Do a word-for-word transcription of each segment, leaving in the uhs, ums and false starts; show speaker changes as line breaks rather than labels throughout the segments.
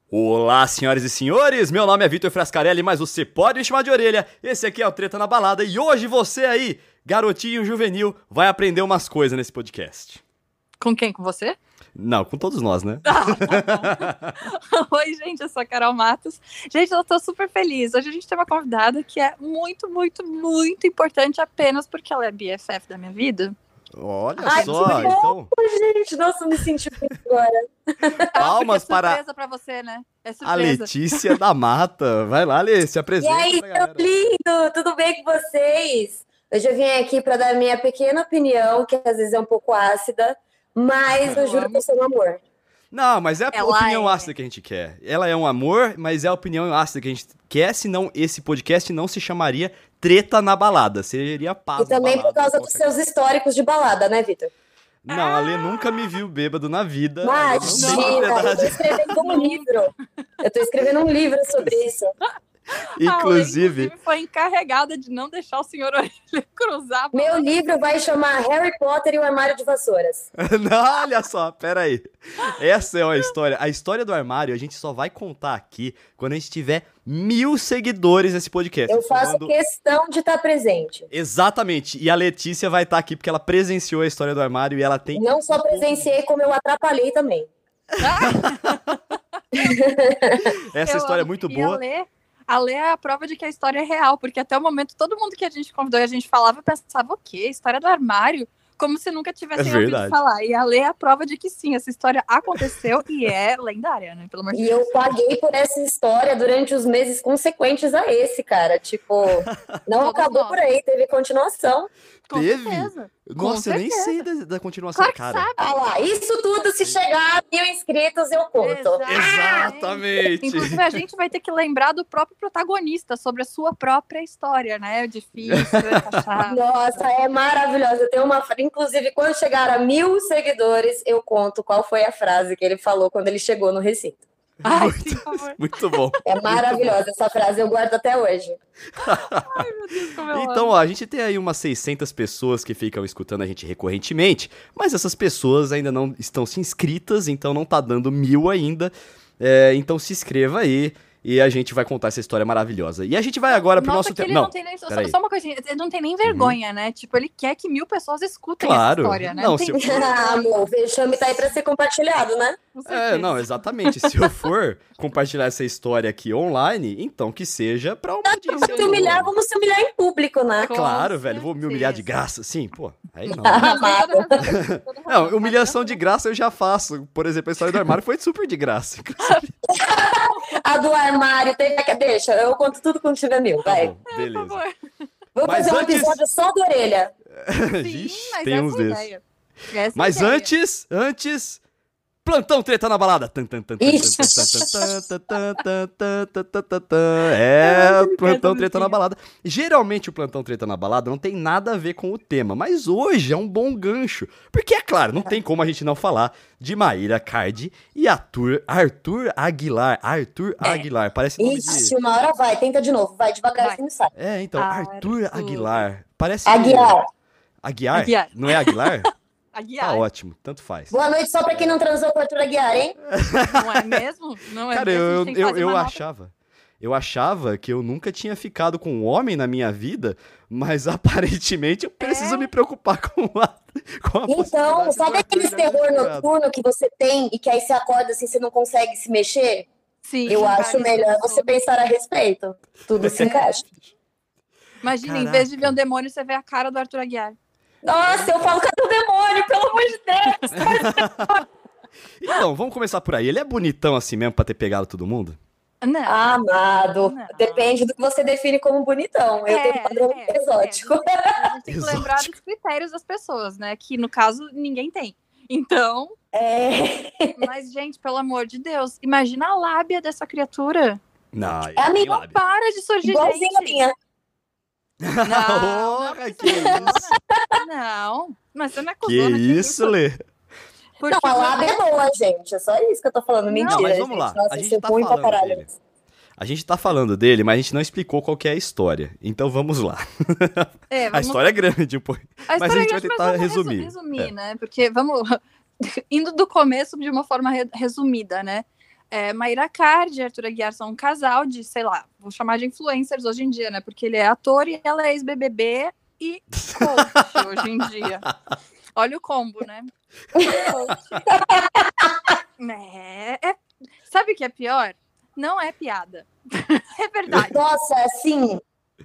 Olá, senhoras e senhores, meu nome é Vitor Frascarelli, mas você pode me chamar de Orelha. Esse aqui é o Treta na Balada e hoje você aí, garotinho juvenil, vai aprender umas coisas nesse podcast.
Com quem? Com você?
Não, com todos nós, né?
Ah, tá bom. Oi, gente, eu sou a Carol Matos. Gente, eu tô super feliz. Hoje a gente tem uma convidada que é muito, muito, muito importante apenas porque ela é B F F da minha vida.
Olha
Ai,
só,
que
então...
bom, gente, nossa, eu me senti bem agora.
Palmas
é
para
surpresa pra você, né? É surpresa.
a Letícia da Mata. Vai lá, Lê, se
E
apresenta
aí,
pra galera.
meu lindo, tudo bem com vocês? Hoje eu vim aqui para dar minha pequena opinião, que às vezes é um pouco ácida, mas eu
Eu
juro
amo.
que eu sou um amor.
Não, mas é a
Ela
opinião
é.
ácida que a gente quer. Ela é um amor, mas é a opinião ácida que a gente quer, senão esse podcast não se chamaria Treta na Balada, seria Paz
E também
na
por
Balada.
causa dos seus históricos de balada, né, Vitor?
Não, a Lê nunca me viu bêbado na vida.
Imagina,
Não tem
eu tô
propriedade.
escrevendo um livro. Eu tô escrevendo um livro sobre isso.
A Lê,
Inclusive,
foi encarregada de não deixar o senhor Orelha cruzar. a
Meu
palavra.
livro vai chamar Harry Potter e o Armário de Vassouras.
não, olha só, pera aí. Essa é a história. A história do armário a gente só vai contar aqui quando a gente tiver mil seguidores nesse podcast.
Eu faço
Falando-
questão de estar presente.
Exatamente. E a Letícia vai estar aqui porque ela presenciou a história do armário e ela tem...
Não só presenciei, como eu atrapalhei também.
Essa
Eu
história é
amo.
muito
E
boa.
A Lê, a Lê é a prova de que a história é real, porque até o momento todo mundo que a gente convidou e a gente falava, pensava, o quê? História do armário? Como se nunca tivessem
É
ouvido
verdade.
falar. E a Lê é a prova de que sim, essa história aconteceu e é lendária, né? Pelo amor de
E
Deus.
eu paguei por essa história durante os meses consequentes a esse, cara. Tipo, não
Todos
acabou
nós.
por aí, teve continuação.
Com
Teve?
certeza.
Nossa,
Com
eu nem
certeza.
sei da, da continuação,
Claro que
cara.
sabe.
Ah lá, isso tudo, se chegar a mil inscritos, eu conto.
Exatamente.
Inclusive, a gente vai ter que lembrar do próprio protagonista sobre a sua própria história, né? É difícil, é chato.
Nossa, é maravilhosa. Eu tenho uma. fra- Inclusive, quando chegar a mil seguidores, eu conto qual foi a frase que ele falou quando ele chegou no recinto.
Ai, sim, por favor.
Muito bom.
É maravilhosa essa frase, eu guardo até hoje.
Ai, meu Deus, como eu
Então,
amo.
ó, a gente tem aí umas seiscentas pessoas que ficam escutando a gente recorrentemente, mas essas pessoas ainda não estão se inscritas, então não tá dando mil ainda. É, então se inscreva aí e a gente vai contar essa história maravilhosa. E a gente vai agora pro
Nossa,
nosso
que ele
tema.
não, tem nem. Só,
peraí.
só uma coisinha, ele não tem nem vergonha, né? Tipo, ele quer que mil pessoas escutem
Claro.
essa história, né?
Não,
tem
se-
Ah, amor, o vexame tá aí pra ser compartilhado, né?
com certeza.
É, não, exatamente. Se eu for compartilhar essa história aqui online, então que seja pra uma audiência.
Se humilhar, vamos se humilhar em público, né?
Com
Claro, velho, vou me humilhar de
certeza.
graça. Sim, pô, aí não.
Não,
Amado.
tem toda razão, toda razão.
Não, humilhação de graça eu já faço. Por exemplo, a história do armário foi super de graça. inclusive.
A do armário, tem... deixa, eu conto tudo quando tiver mil,
Tá
vai.
bom,
Por
beleza.
favor.
Vou
Mas
fazer um
antes-
episódio só do orelha.
Sim,
Vixe,
mas
tem
essa
uns
é a
desses.
ideia. Essa é a
Mas
ideia.
antes, antes, plantão treta na balada. Tan, tan, tan, tan,
Ixi.
tan, tan, tan, tan, tan, tan, tan, tan, tan. É, plantão treta na balada. Geralmente o plantão treta na balada não tem nada a ver com o tema, mas hoje é um bom gancho. Porque, é claro, não tem como a gente não falar de Maíra Cardi e Arthur, Arthur Aguilar. Arthur Aguilar, parece nome
Ixi,
de...
uma hora vai, tenta de novo, vai devagar
Vai.
assim não sai.
É, então, Arthur
Arthur.
Aguilar. Parece...
Aguiar.
Aguiar?
Aguiar.
Não é Aguilar?
Aguiar,
Tá ótimo, tanto faz.
Boa noite só pra quem não transou com o Arthur Aguiar, hein?
não é mesmo? Não é
Cara,
mesmo? A
eu,
gente tem que
eu,
fazer
eu
uma nota.
achava. Eu achava que eu nunca tinha ficado com um homem na minha vida, mas aparentemente eu preciso
É.
me preocupar com a, com a
Então,
possibilidade
sabe
do
aqueles
Arthur ter
terror
namorado.
noturno que você tem e que aí você acorda assim, você não consegue se mexer?
Sim,
Eu acho
várias
melhor
pessoas.
você pensar a respeito. Tudo se encaixa.
Imagina, em
Caraca.
vez de ver um demônio, você vê a cara do Arthur Aguiar.
Nossa, eu falo cadê o demônio, pelo amor de Deus!
Então, vamos começar por aí. Ele é bonitão assim mesmo pra ter pegado todo mundo?
Não.
Amado,
Não.
depende do que você define como bonitão. Eu
É,
tenho um padrão
é,
exótico.
é. A gente tem que lembrar
Exótico.
dos critérios das pessoas, né? Que no caso ninguém tem. Então,
É,
mas gente, pelo amor de Deus, imagina a lábia dessa criatura.
Não,
É a
ele
minha
tem lábio.
Para de surgir
igualzinho a
gente.
minha.
Não,
Porra,
não,
que isso?
Não, mas você me acusou,
Que
né?
isso, Lê?
Porque
Não, a lábia é boa, gente. É só isso que eu tô falando. Mentira,
Não, mas vamos
gente.
lá.
Nossa,
A
eu
gente
sou
tá
ruim pra
falando
caralho.
dele. A gente tá falando dele, mas a gente não explicou qual que é a história. Então vamos lá.
É,
A
vamos-
história é grande um pouco.
A
mas a gente vai
grande,
tentar
vamos resu-
resumir.
resumir,
É.
né? Porque vamos indo do começo de uma forma re- resumida, né? É, Mayra Card e Arthur Aguiar são um casal de, sei lá, vou chamar de influencers hoje em dia, né? Porque ele é ator e ela é ex-B B B e coach hoje em dia. Olha o combo, né? Coach. É, é, sabe o que é pior? Não é piada. É verdade.
Nossa, assim...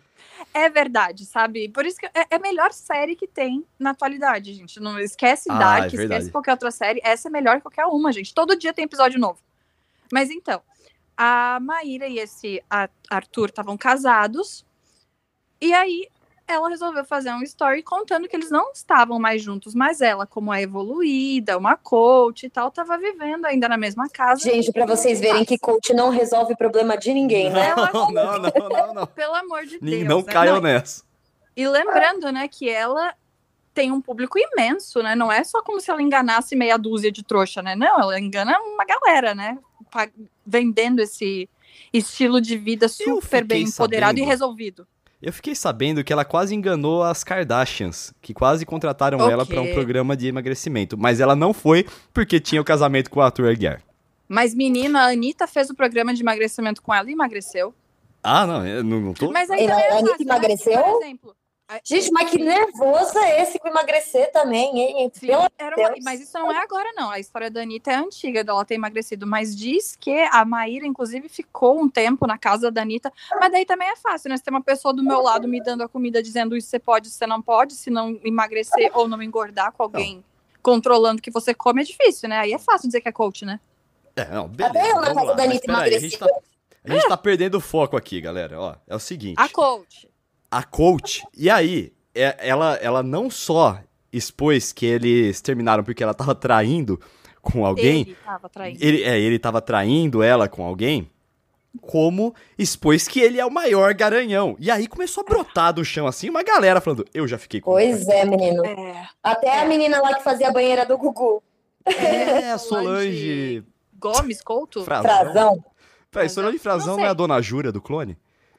É verdade, sabe? Por isso que é, é a melhor série que tem na atualidade, gente. Não esquece
Ah,
Dark,
é
esquece
verdade.
qualquer outra série. Essa é melhor que qualquer uma, gente. Todo dia tem episódio novo. Mas então, a Maíra e esse a- Arthur estavam casados. E aí ela resolveu fazer um story contando que eles não estavam mais juntos, mas ela, como é evoluída, uma coach e tal, estava vivendo ainda na mesma casa.
Gente, pra vocês verem que coach não resolve problema de ninguém, né?
Eu acho
Não, não, não, não, não.
Pelo amor de
Ninguém-
Deus.
Não
né?
caiam
Não,
nessa.
E lembrando, né, que ela tem um público imenso, né? Não é só como se ela enganasse meia dúzia de trouxa, né? Não, ela engana uma galera, né? Pa- Vendendo esse estilo de vida super
fiquei
bem empoderado
sabendo.
e resolvido.
Eu fiquei sabendo que ela quase enganou as Kardashians, que quase contrataram
Ok.
ela pra um programa de emagrecimento. Mas ela não foi porque tinha o casamento com o Arthur Aguiar.
Mas, menina, a Anitta fez o programa de emagrecimento com ela e emagreceu.
Ah, não, eu não, não tô...
Mas aí
E
também
a
é
Anitta
fácil, né?
emagreceu?
Por exemplo, a-
Gente, mas que nervoso é esse com emagrecer também, hein?
Sim,
Pelo
era uma-
Deus.
mas isso não é agora, não. A história da Anitta é antiga, dela ter emagrecido. Mas diz que a Maíra, inclusive, ficou um tempo na casa da Anitta. Mas daí também é fácil, né? Se tem uma pessoa do meu lado me dando a comida, dizendo isso você pode, isso você não pode, se não emagrecer ou não engordar com alguém controlando o que você come, é difícil, né? Aí é fácil dizer que é coach, né?
É, não, beleza,
Até eu na
vamos
casa
lá.
da
Mas
Anitta
peraí, a gente, tá,
emagreci.
a gente tá perdendo o foco aqui, galera. Ó, é o seguinte.
A coach.
A coach, e aí, é- ela, ela não só expôs que eles terminaram porque ela tava traindo com alguém,
Ele tava traindo.
ele, é, ele tava traindo ela com alguém, como expôs que ele é o maior garanhão. E aí começou a brotar do chão assim, uma galera falando, eu já fiquei com
Pois é, menino.
É.
Até a menina lá que fazia a banheira do Gugu.
É, a
Solange
Solange
Gomes, Couto?
Frazão.
Frazão.
Peraí, Solange Frazão
Não
não, é a
sei.
dona Júlia do clone?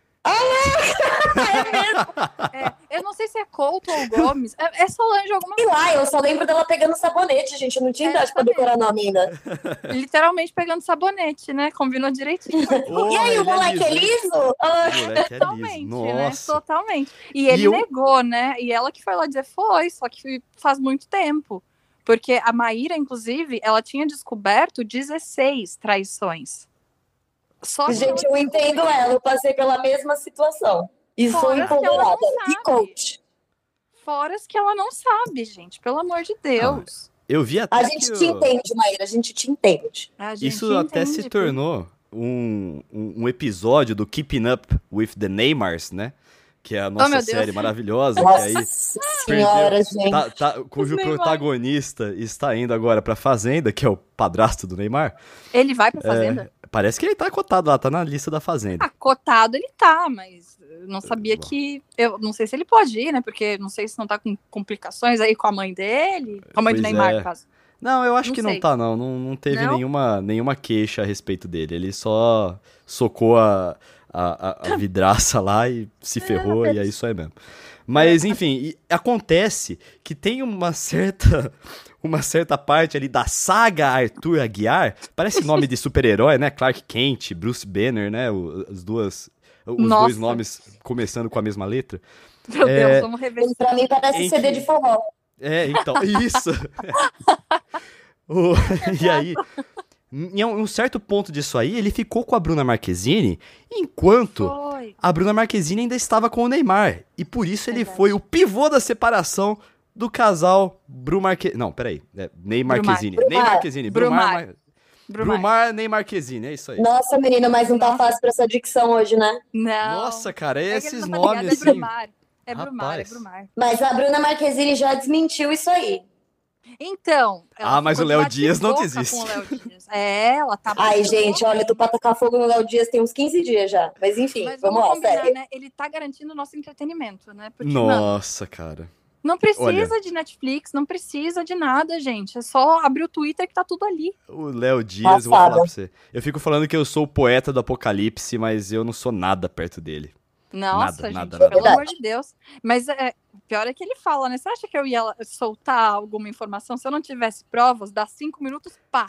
É, eu não sei se é Couto ou Gomes. É, é Solange alguma
E lá, eu só lembro dela pegando sabonete, gente. Eu não tinha
É,
idade pra
também.
decorar nome ainda.
literalmente pegando sabonete, né? Combinou direitinho.
Ô,
E aí,
ele
o moleque é
liso, hein?
liso? Ah,
O moleque é
Totalmente,
liso.
né?
Nossa.
Totalmente. E ele
eu-
negou, né? E ela que foi lá dizer foi, só que faz muito tempo. Porque a Maíra, inclusive, ela tinha descoberto dezesseis traições. Só que
gente,
ela
eu entendo ela. Eu passei pela mesma situação. E sou
Fora que ela não
empoderada.
sabe.
E coach.
Fora as que ela não sabe, gente. Pelo amor de Deus.
Eu vi até
A
que
gente
o-
te entende, Maíra. A gente te entende.
A gente
Isso até
entende,
se tornou um, um, um episódio do Keeping Up with the Neymars, né? Que é a nossa
meu Deus.
série maravilhosa. Que
Nossa
aí
senhora, gente.
tá- tá- cujo
Os Neymar.
protagonista está indo agora pra Fazenda, que é o padrasto do Neymar.
Ele vai pra fazenda?
Parece que ele tá cotado lá, tá na lista da Fazenda.
Ah, cotado ele tá, mas eu não sabia que. Eu não sei se ele pode ir, né? Porque não sei se não tá com complicações aí com a mãe dele. Com a mãe do
Pois
Neymar,
é.
no caso.
Não, eu acho
Não
que
sei.
não tá, não. Não, não teve
Não?
Nenhuma, nenhuma queixa a respeito dele. Ele só socou a, a, a- a vidraça lá e se ferrou, e é isso aí mesmo. Mas, enfim, e acontece que tem uma certa, uma certa parte ali da saga Arthur Aguiar, parece nome de super-herói, né? Clark Kent, Bruce Banner, né? O- As duas, os
Nossa.
dois nomes começando com a mesma letra.
Meu
É,
Deus, vamos rever.
Pra mim parece
Em
C D
que-
de forró.
É, então, isso. O- e aí, em um um certo ponto disso aí, ele ficou com a Bruna Marquezine, enquanto
Foi.
a Bruna Marquezine ainda estava com o Neymar. E por isso ele
Verdade.
foi o pivô da separação do casal Bru Marquezine. Não, peraí. É, Ney
Brumar.
Marquezine. Ney
Brumar.
Marquezine.
Brumar.
Brumar. Mar-
Brumar.
Brumar, Ney Marquezine. É isso aí.
Nossa, menino, mas não tá
Nossa.
fácil pra essa dicção hoje, né?
Não.
Nossa, cara,
É que ele
esses
não tá ligado,
nomes
É
assim.
Brumar. É Brumar, é
Rapaz.
Brumar.
Mas a Bruna Marquezine já desmentiu isso aí.
Então. ela
Ah, mas
ficou
o Léo
de
Dias não
bate-boca
desiste.
com o Léo Dias. É, ela tá.
Ai,
bate-boca.
gente, olha, eu tô pra tacar fogo no Léo Dias tem uns quinze dias já. Mas enfim,
Mas
vamos, lá,
combinar,
sério.
né? Ele tá garantindo o nosso entretenimento, né? Porque, mano,
Nossa, cara.
não precisa
Olha.
de Netflix, não precisa de nada, gente. É só abrir o Twitter que tá tudo ali.
O Léo Dias, eu vou
Passada.
falar pra você. Eu fico falando que eu sou o poeta do apocalipse, mas eu não sou nada perto dele.
Nossa,
Nada,
gente,
nada,
pelo
nada.
amor de Deus. Mas é, pior é que ele fala, né? Você acha que eu ia soltar alguma informação se eu não tivesse provas? Dá cinco minutos, pá.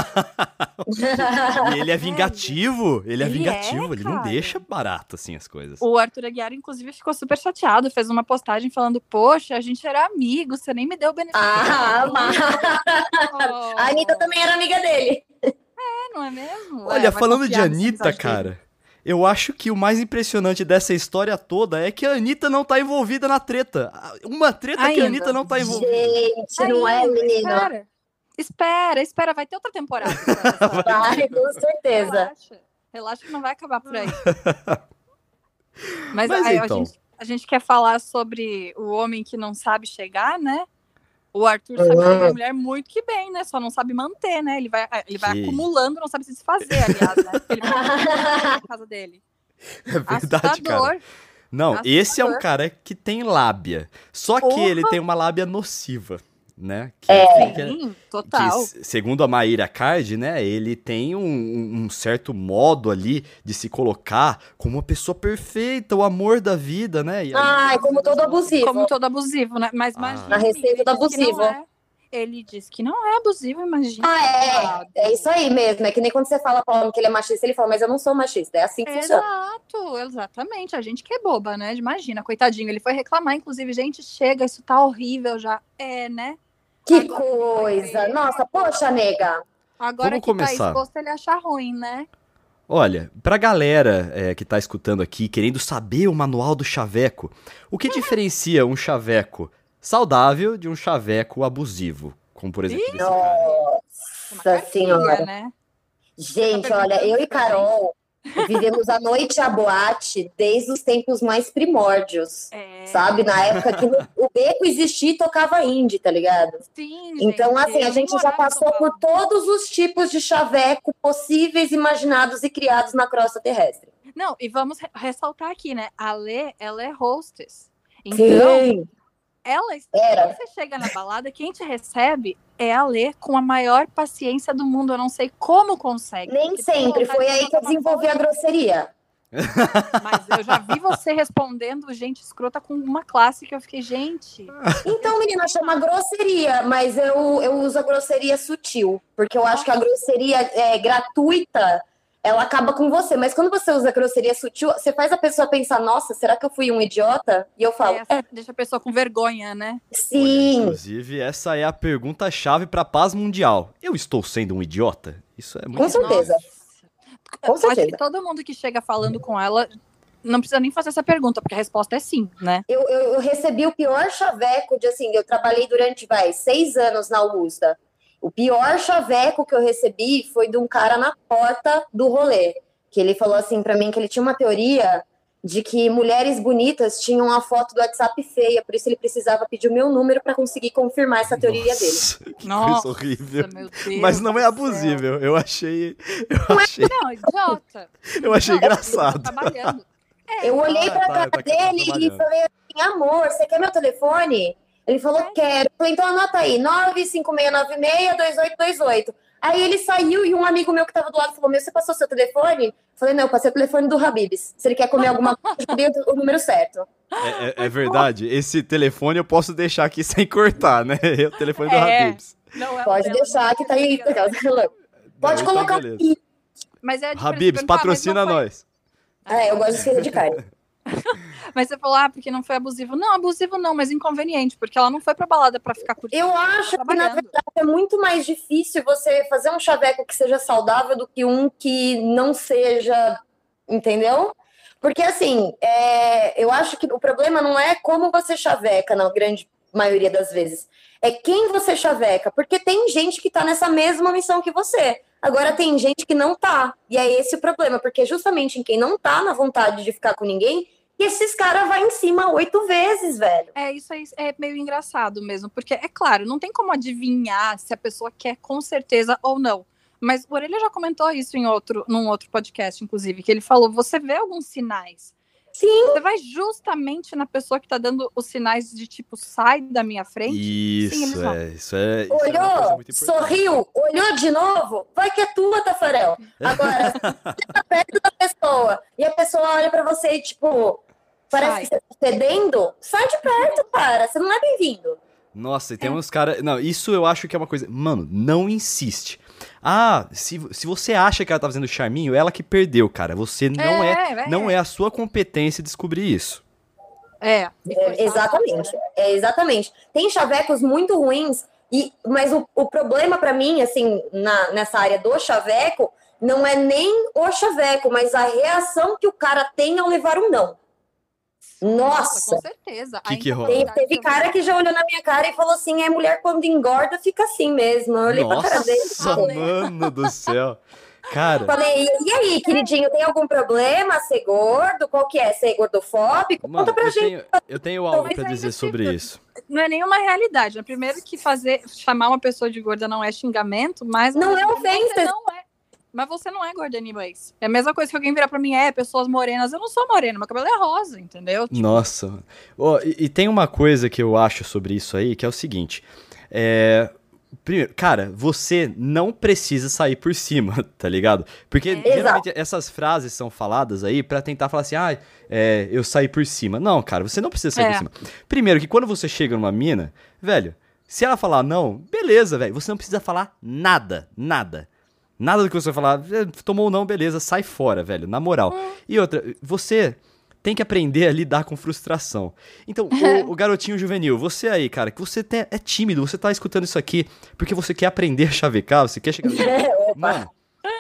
E ele é vingativo, ele é
Ele
vingativo,
é,
ele não
cara.
deixa barato assim as coisas.
O Arthur Aguiar, inclusive, ficou super chateado. Fez uma postagem falando, poxa, a gente era amigo, você nem me deu o benefício.
Ah, mas
Oh,
a Anitta também era amiga dele.
é, não é mesmo?
Olha,
É, vai
falando de
confiar nessa
Anitta,
amizade dele.
cara, eu acho que o mais impressionante dessa história toda é que a Anitta não tá envolvida na treta. Uma treta que
Ainda.
a Anitta não tá envolvida.
Gente, não é,
Ainda,
menino?
Espera, espera, espera, vai ter outra temporada. dessa-
Vai, com certeza.
Relaxa, relaxa que não vai acabar por aí. Mas,
Mas
aí,
então.
a, gente, a gente quer falar sobre o homem que não sabe chegar, né? O Arthur sabe
Uhum.
pegar a mulher muito que bem, né? Só não sabe manter, né? Ele vai, ele vai
Que-
acumulando, não sabe se desfazer, aliás, né? Porque ele vai acumulando na casa dele.
É verdade, cara.
Assustador.
Não,
Assustador.
esse é um cara que tem lábia. Só que
Porra.
ele tem uma lábia nociva, né? Que,
É.
que-
Sim,
que,
total.
se- segundo a Maíra Card, né, ele tem um, um- um certo modo ali de se colocar como uma pessoa perfeita, o amor da vida, né? E aí-
Ai, como todo abusivo.
Como todo abusivo, né? Mas
Ah.
imagina.
Na receita do
ele disse que não
abusivo.
é. Ele disse que não é abusivo, imagina.
Ah, é. É isso aí mesmo. É que nem quando você fala pra homem que ele é machista, ele fala, mas eu não sou machista. É assim que funciona.
Exato, exatamente. A gente que é boba, né? Imagina, coitadinho. Ele foi reclamar, inclusive, gente, chega, isso tá horrível já. É, né?
Que
Agora-
coisa. Nossa, poxa, nega.
Agora
Vamos
que
começar.
tá exposto, ele acha ruim, né?
Olha, pra galera é, que tá escutando aqui, querendo saber o manual do chaveco, o que diferencia um chaveco saudável de um chaveco abusivo? Como, por exemplo, desse cara.
Uma
Nossa
cartilha,
senhora.
né?
Gente, olha, eu e Carol vivemos a noite à boate desde os tempos mais primórdios.
É,
Sabe? Na época que o beco existia e tocava indie, tá ligado?
sim,
Então,
gente,
assim, a
eu
gente já
morava em
passou
São Paulo.
por todos os tipos de chaveco possíveis, imaginados e criados na crosta terrestre.
Não, e vamos re- ressaltar aqui, né? A Lê, ela é hostess. Então,
Sim,
ela,
era.
quando você chega na balada, quem te recebe é a Lê com a maior paciência do mundo. Eu não sei como consegue.
Nem
porque tem
sempre.
vontade
Foi
de
aí que eu
botar uma
desenvolvi a
foto,
grosseria.
Mas eu já vi você respondendo gente escrota com uma classe que eu fiquei, gente.
Então, menina, chama grosseria, mas eu, eu uso a grosseria sutil, porque eu acho que a grosseria é, gratuita, ela acaba com você. Mas quando você usa a grosseria sutil, você faz a pessoa pensar, nossa, será que eu fui um idiota? E eu falo,
É, deixa a pessoa com vergonha, né?
Olha,
sim.
inclusive, essa é a pergunta-chave pra paz mundial. Eu estou sendo um idiota? Isso é muito
Com certeza.
Nossa.
Com
Acho que
certeza.
todo mundo que chega falando com ela não precisa nem fazer essa pergunta, porque a resposta é sim, né?
Eu, eu, eu recebi o pior chaveco de, assim, eu trabalhei durante, vai, seis anos na Augusta. O pior chaveco que eu recebi foi de um cara na porta do rolê, que ele falou assim pra mim que ele tinha uma teoria de que mulheres bonitas tinham a foto do WhatsApp feia, por isso ele precisava pedir o meu número pra conseguir confirmar essa teoria dele.
Nossa, que
Nossa,
coisa horrível.
meu Deus
Mas não é
do céu.
abusível. Eu achei. Eu achei,
Não, idiota.
eu achei
Não, ele tá
engraçado.
trabalhando.
Eu olhei
Ah,
pra
tá,
cara
tá
dele e
trabalhando.
falei assim, amor, você quer meu telefone? Ele falou, quero. Eu falei, então anota aí, nove cinco seis nove seis dois oito dois oito. Aí ele saiu e um amigo meu que tava do lado falou, meu, você passou seu telefone? Eu falei, não, eu passei o telefone do Habibs. Se ele quer comer alguma coisa, eu dei o número certo.
É, é- é verdade. Esse telefone eu posso deixar aqui sem cortar, né? É o telefone do
É.
Habibs.
Não é o
Pode
dela,
deixar que tá aí. Pode
Não, então
colocar
beleza.
aqui.
Mas é diferente
Habibs,
perguntar,
patrocina
mas não foi-
nós.
É, eu gosto de esfirra de carne.
Mas você falou, ah, porque não foi abusivo. Não, abusivo não, mas inconveniente, porque ela não foi pra balada pra ficar curtindo.
Eu acho que, na
trabalhando.
verdade, é muito mais difícil você fazer um chaveco que seja saudável do que um que não seja, entendeu? Porque, assim, é, eu acho que o problema não é como você chaveca, na grande maioria das vezes. É quem você chaveca, porque tem gente que tá nessa mesma missão que você. Agora tem gente que não tá. E é esse o problema, porque justamente em quem não tá na vontade de ficar com ninguém, esses caras vai em cima oito vezes, velho.
É, isso aí é meio engraçado mesmo, porque, é claro, não tem como adivinhar se a pessoa quer com certeza ou não. Mas o Orelha já comentou isso em outro, num outro podcast, inclusive, que ele falou, você vê alguns sinais.
Sim.
Você vai justamente na pessoa que tá dando os sinais de tipo, sai da minha frente. Sim, eles
Isso,
vão.
é, isso é. Isso é uma coisa
Olhou,
muito importante.
sorriu, olhou de novo, vai que é tua, Tafarel. Agora, você tá perto da pessoa e a pessoa olha pra você e tipo, parece
Sai.
que você tá cedendo, sai de perto, cara. Você não é bem-vindo.
Nossa, e tem uns caras... Não, isso eu acho que é uma coisa... Mano, não insiste. Ah, se, se você acha que ela tá fazendo charminho, ela que perdeu, cara. Você não é,
É, é.
não é a sua competência descobrir isso.
É, e
É,
forçar a
exatamente.
barra, né?
É, exatamente. Tem chavecos muito ruins, e, mas o, o problema pra mim, assim, na, nessa área do chaveco, não é nem o chaveco, mas a reação que o cara tem ao levar um não. Nossa!
Com certeza.
Que
A
que rola?
Teve,
incapacidade
teve
também.
cara que já olhou na minha cara e falou assim: é mulher quando engorda fica assim mesmo. Eu olhei pra cara dele e
Nossa,
falei,
mano do céu. Cara,
falei, e aí, queridinho, tem algum problema? Ser gordo? Qual que é? Ser gordofóbico?
mano,
Conta pra
eu
gente.
tenho, eu tenho algo
Mas
pra
ainda
dizer
assim,
sobre
eu-
isso.
Não é nenhuma realidade, né? Primeiro que fazer, chamar uma pessoa de gorda não é xingamento, mas... ao
Não
mesmo
é
tempo,
ofensa.
Você não é. Mas você não é gorda anyways. É a mesma coisa que alguém virar pra mim, é, pessoas morenas. Eu não sou morena, meu cabelo é rosa, entendeu? Tipo,
Nossa. Mano. Ó, e, e tem uma coisa que eu acho sobre isso aí, que é o seguinte. É... Primeiro, cara, você não precisa sair por cima, tá ligado? Porque
É.
geralmente essas frases são faladas aí pra tentar falar assim, ah, é, eu saí por cima. Não, cara, você não precisa sair
É.
por cima. Primeiro, que quando você chega numa mina, velho, se ela falar não, beleza, velho, você não precisa falar nada, nada. Nada do que você vai falar, "Eh, tomou um não, beleza, sai fora, velho, na moral. E outra, você tem que aprender a lidar com frustração. Então, o, o garotinho juvenil, você aí, cara, que você te- é tímido, você tá escutando isso aqui porque você quer aprender a chavecar, você quer chegar...
Opa.
Mano,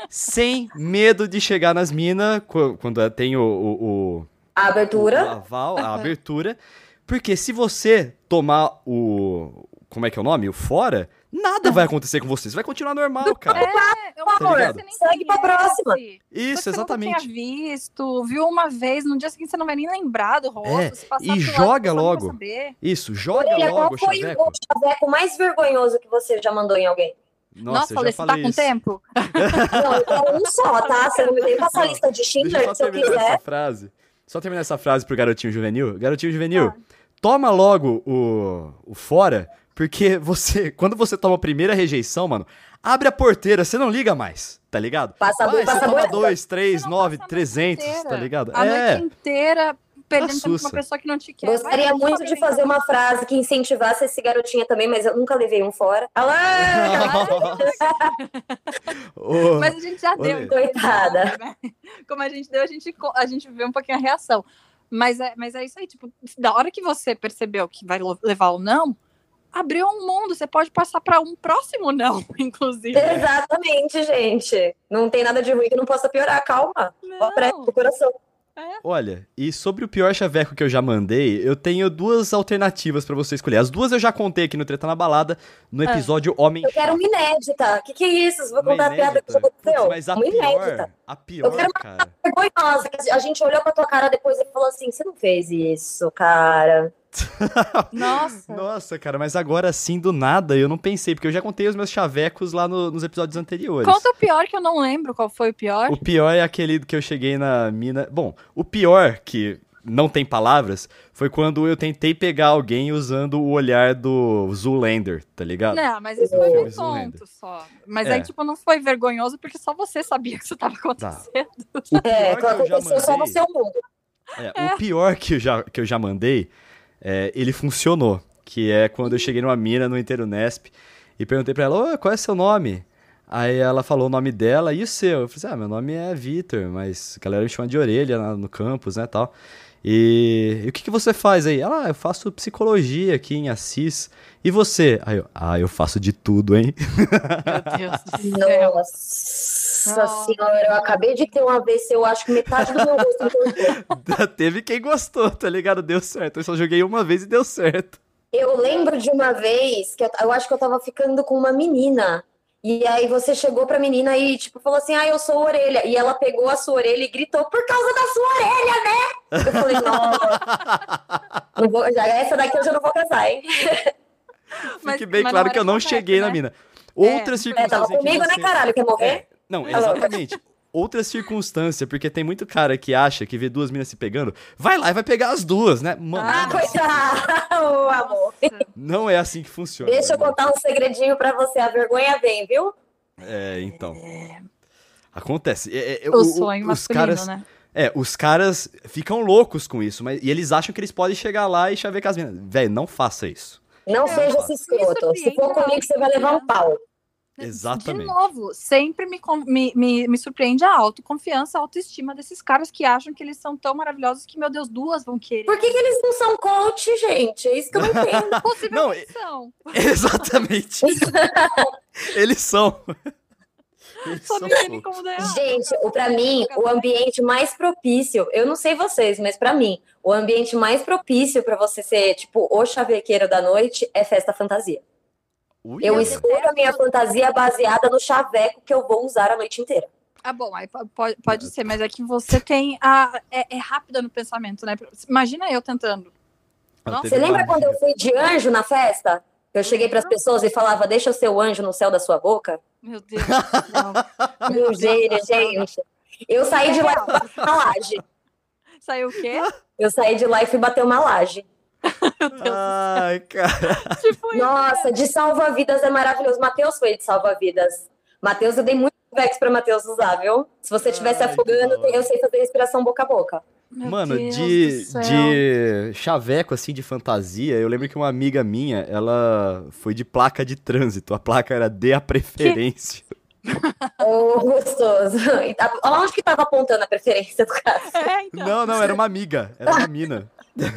sem medo de chegar nas minas, qu- quando tem o, o, o,
A
o
abertura.
aval, a abertura, porque se você tomar o... Como é que é o nome? O fora, nada vai acontecer com você, você vai continuar normal, cara.
é, é uma
Tá
coisa
ligado?
que você nem
Segue pra
conhece.
próxima.
Só que
Isso,
você nunca
exatamente.
tinha visto, viu uma vez, no dia seguinte você não vai nem lembrar do rosto.
É,
se passar
e
pro lado,
joga
a pessoa não vai
logo.
saber.
Isso, joga
Orelha,
logo
qual
o
foi
chaveco.
o chaveco mais vergonhoso que você já mandou em alguém?
Nossa, eu
Falei,
já
você tá
falei
com
isso.
tempo?
Não, eu quero um só, tá? Você não me vem passar a
Não,
lista de
Deixa eu
Schindler,
só
se eu
terminar essa
quiser.
frase. Só terminar essa frase pro garotinho juvenil. Garotinho juvenil,
Ah.
toma logo o, o fora, porque você, quando você toma a primeira rejeição, mano, abre a porteira, você não liga mais, tá ligado?
Passa a
Vai,
passa
você
a
toma
boiada.
dois, três,
Você não
nove,
passa a noite
trezentos,
inteira.
tá ligado?
A
É,
noite inteira perdendo tempo com
sussa.
uma pessoa que não te quer.
Gostaria
Vai,
muito
vai,
de fazer uma frase que incentivasse esse garotinho também, mas eu nunca levei um fora. Alô!
Ô,
Mas a gente já
Ô,
deu.
Lê.
então,
Coitada.
né? Como a gente deu, a gente, co- a gente vê um pouquinho a reação. Mas é, mas é isso aí, tipo, da hora que você percebeu que vai lo- levar o não, abriu um mundo, você pode passar para um próximo não, inclusive.
Exatamente, gente. Não tem nada de ruim que não possa piorar, calma. Ó, presta o coração.
Olha, e sobre o pior chaveco que eu já mandei, eu tenho duas alternativas pra você escolher. As duas eu já contei aqui no Treta na Balada, no
Ah.
episódio Homem
Eu quero uma inédita. O que, que é isso? Você vai
Uma
contar a piada que já
inédita? Putz,
aconteceu?
mas a
Uma inédita.
pior, a pior,
quero
cara.
Vergonhosa. que A gente olhou pra tua cara depois e falou assim: você não fez isso, cara.
Nossa.
Nossa, cara, mas agora sim, do nada, eu não pensei, porque eu já contei os meus chavecos lá no- nos episódios anteriores.
Conta o pior que eu não lembro qual foi o pior.
O pior é aquele que eu cheguei na mina. Bom, o pior, que não tem palavras, foi quando eu tentei pegar alguém usando o olhar do Zoolander, tá ligado?
Não, mas isso
Eu-
foi um
Filme Zoolander.
ponto só. Mas
É.
aí, tipo, não foi vergonhoso porque só você sabia que isso tava acontecendo.
O
É,
pior que eu já
aconteceu só no
mandei.
seu mundo.
É, o pior que eu já, que eu já mandei, é, ele funcionou. Que é quando eu cheguei numa mina no Interunesp e perguntei pra ela, ô, qual é seu nome? Aí ela falou o nome dela e o seu. Eu falei assim, ah, meu nome é Vitor, mas a galera me chama de orelha lá no campus, né, tal. E, e o que, que você faz aí? Ela, ah, eu faço psicologia aqui em Assis. E você? Aí eu, ah, eu faço de tudo, hein?
Meu Deus do céu.
Nossa
Nossa.
senhora, eu acabei de ter um A V C, eu acho que metade do meu rosto entortou.
Teve quem gostou, tá ligado? Deu certo. Eu só joguei uma vez e deu certo.
Eu lembro de uma vez que eu, eu acho que eu tava ficando com uma menina. E aí você chegou pra menina e, tipo, falou assim, ah, eu sou orelha. E ela pegou a sua orelha e gritou, por causa da sua orelha, né? Eu falei, nossa. Não vou, já, essa daqui eu já não vou casar, hein?
Mas-
Fique bem
mas
claro
não
que eu
era
não
chaveco,
cheguei na
né?
mina. Outra
É,
circunstância
É, tava
em que
comigo,
você...
né, caralho? Quer morrer?
É, não,
Tá louco.
exatamente. Outra circunstância, porque tem muito cara que acha que vê duas minas se pegando, vai lá e vai pegar as duas, né? Mano,
Ah,
Ah,
coitado, amor.
não é assim que funciona.
Deixa eu
né?
contar um segredinho pra você, a vergonha vem, viu?
É, então. Acontece. É, é,
O
o- o-
sonho
os
masculino,
caras,
né?
É, os caras ficam loucos com isso, mas, e eles acham que eles podem chegar lá e chavecar as meninas. Velho, não faça isso.
Não
É,
seja esse escroto. Se for comigo, você vai levar um pau.
Exatamente.
De novo, sempre me, con- me, me, me surpreende a autoconfiança, a autoestima desses caras que acham que eles são tão maravilhosos que, meu Deus, duas vão querer.
Por que, que eles não são coach, gente? É isso que eu não entendo.
Possivelmente são.
Exatamente. Eles são. Eles
Só
são
me entendem
loucos.
como dar errado.
Gente, o- pra mim, o ambiente mais propício, eu não sei vocês, mas pra mim, o ambiente mais propício pra você ser, tipo, o chavequeiro da noite é festa fantasia.
Ui,
Eu
cara.
escolho a minha fantasia baseada no chaveco que eu vou usar a noite inteira.
Ah, bom, aí po- pode, pode ser, mas é que você tem a. É, é rápida no pensamento, né? Imagina eu tentando.
Ela
Nossa,
teve
Você lembra
uma
quando eu
amiga-
fui de anjo na festa? Eu cheguei pras pessoas e falava, deixa o seu anjo no céu da sua boca?
Meu Deus do céu.
Meu jeito, gente. Eu saí de lá e fui bater uma laje.
Saiu o quê?
Eu saí de lá e fui bater uma laje.
Meu Deus.
Ai, cara.
Tipo isso.
Nossa, de salva-vidas é maravilhoso. Matheus foi de salva-vidas. Matheus, eu dei muito vex pra Matheus usar, viu? Se você estivesse
Ai, que
afogando,
da hora.
eu sei fazer respiração boca a boca.
Meu
Mano,
Deus
de,
do céu.
de chaveco, assim, de fantasia, eu lembro que uma amiga minha, ela foi de placa de trânsito. A placa era dê a preferência.
Ô, gostoso. E tá- Olha onde que tava apontando a preferência do cara.
É, então.
Não, não, era uma amiga. Era uma mina.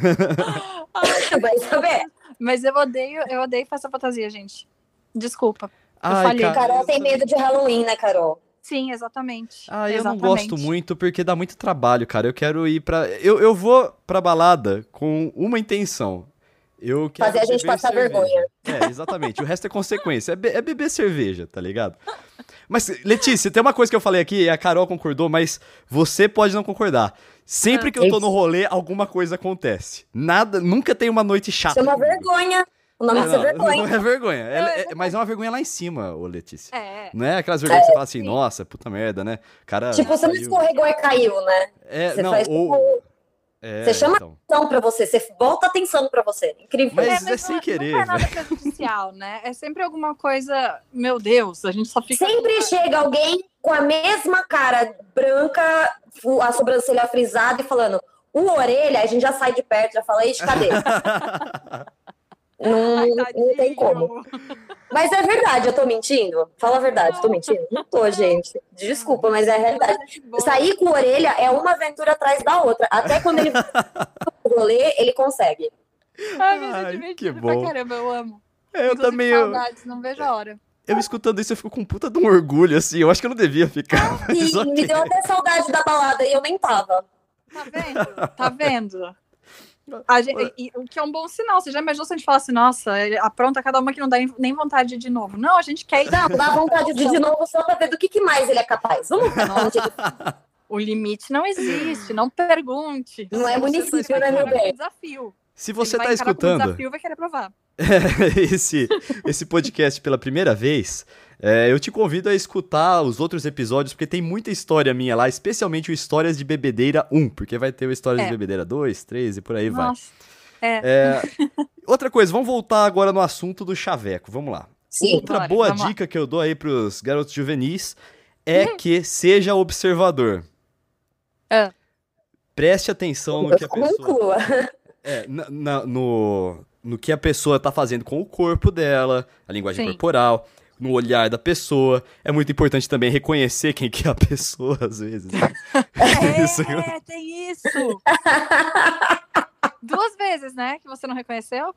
Ai,
Vai saber.
mas eu odeio, eu odeio festa fantasia, gente. Desculpa.
Ai,
falei.
cara,
Carol
eu
tem
também-
medo de Halloween, né, Carol?
Sim, exatamente.
Ah, eu
exatamente.
não gosto muito porque dá muito trabalho, cara. Eu quero ir pra. Eu, eu vou pra balada com uma intenção. Eu quero
Fazer a gente
beber
passar
cerveja.
vergonha.
É, exatamente. O resto é consequência. É, be- é beber cerveja, tá ligado? Mas, Letícia, tem uma coisa que eu falei aqui, e a Carol concordou, mas você pode não concordar. Sempre
Ah.
que eu tô no rolê, alguma coisa acontece. Nada, nunca tem uma noite chata.
Isso é uma
comigo.
vergonha. O nome disso é
Não,
vergonha.
não é vergonha. É-
Não,
é-
é
mas é uma vergonha lá em cima, ô Letícia.
É.
Não é aquelas vergonhas que você fala assim,
sim.
nossa, puta merda, né? O cara.
Tipo, você não
saiu.
escorregou e caiu, né?
É,
Você
não,
faz
ou.
tipo,
É,
você chama
então.
atenção pra você, você volta atenção pra você. Incrível.
Mas-
É,
é sem
não,
querer,
não é nada prejudicial, né? É sempre alguma coisa. Meu Deus, a gente só fica.
Sempre chega alguém com a mesma cara branca, fu- a sobrancelha frisada e falando, o orelha, a gente já sai de perto, já fala, ixi, cadê? Não,
Ai,
não tem
tadinho.
como. Mas é verdade, eu tô mentindo? Fala a verdade, tô mentindo? Não tô, gente. Desculpa, mas é a realidade.
Que bom.
Sair com a orelha é uma aventura atrás da outra. Até quando ele vai pro rolê, ele consegue.
Ai, mas é
Ai,
divertido
que
pra
bom.
caramba, eu amo.
É, eu
Inclusive,
também. Eu,
saudades, não vejo a hora.
eu escutando isso, eu fico com puta de um orgulho, assim. Eu acho que eu não devia ficar.
E
Mas ok.
me deu até saudade da balada e eu nem tava.
Tá vendo? Tá vendo? A gente- e- o que é um bom sinal. Você já imaginou se a gente falasse, nossa, ele apronta cada uma que não dá nem vontade de ir de novo? Não, a gente quer ir.
Não, dá vontade de ir de novo só pra ver do que, que mais ele é capaz. Vamos ver onde ele...
O limite não existe, não pergunte.
Não é
Você
município,
vai
né, meu
encarar como
bem?
desafio.
Se você
Ele
tá
vai encarar como
escutando
desafio, vai querer provar.
esse, esse podcast pela primeira vez, é, eu te convido a escutar os outros episódios, porque tem muita história minha lá, especialmente o Histórias de Bebedeira um, porque vai ter o Histórias
É.
de Bebedeira dois, três e por aí vai.
Nossa. É.
É, outra coisa, vamos voltar agora no assunto do chaveco, vamos lá.
Sim.
Outra
Bora,
boa
vamos lá.
dica que eu dou aí pros garotos juvenis é que seja observador.
É.
Preste atenção no que a pessoa...
Conclua.
É, na- na- no, no que a pessoa tá fazendo com o corpo dela, a linguagem
Sim.
corporal, no olhar da pessoa. É muito importante também reconhecer quem que é a pessoa, às vezes. né? Isso.
É, tem isso. Duas vezes, né? Que você não reconheceu?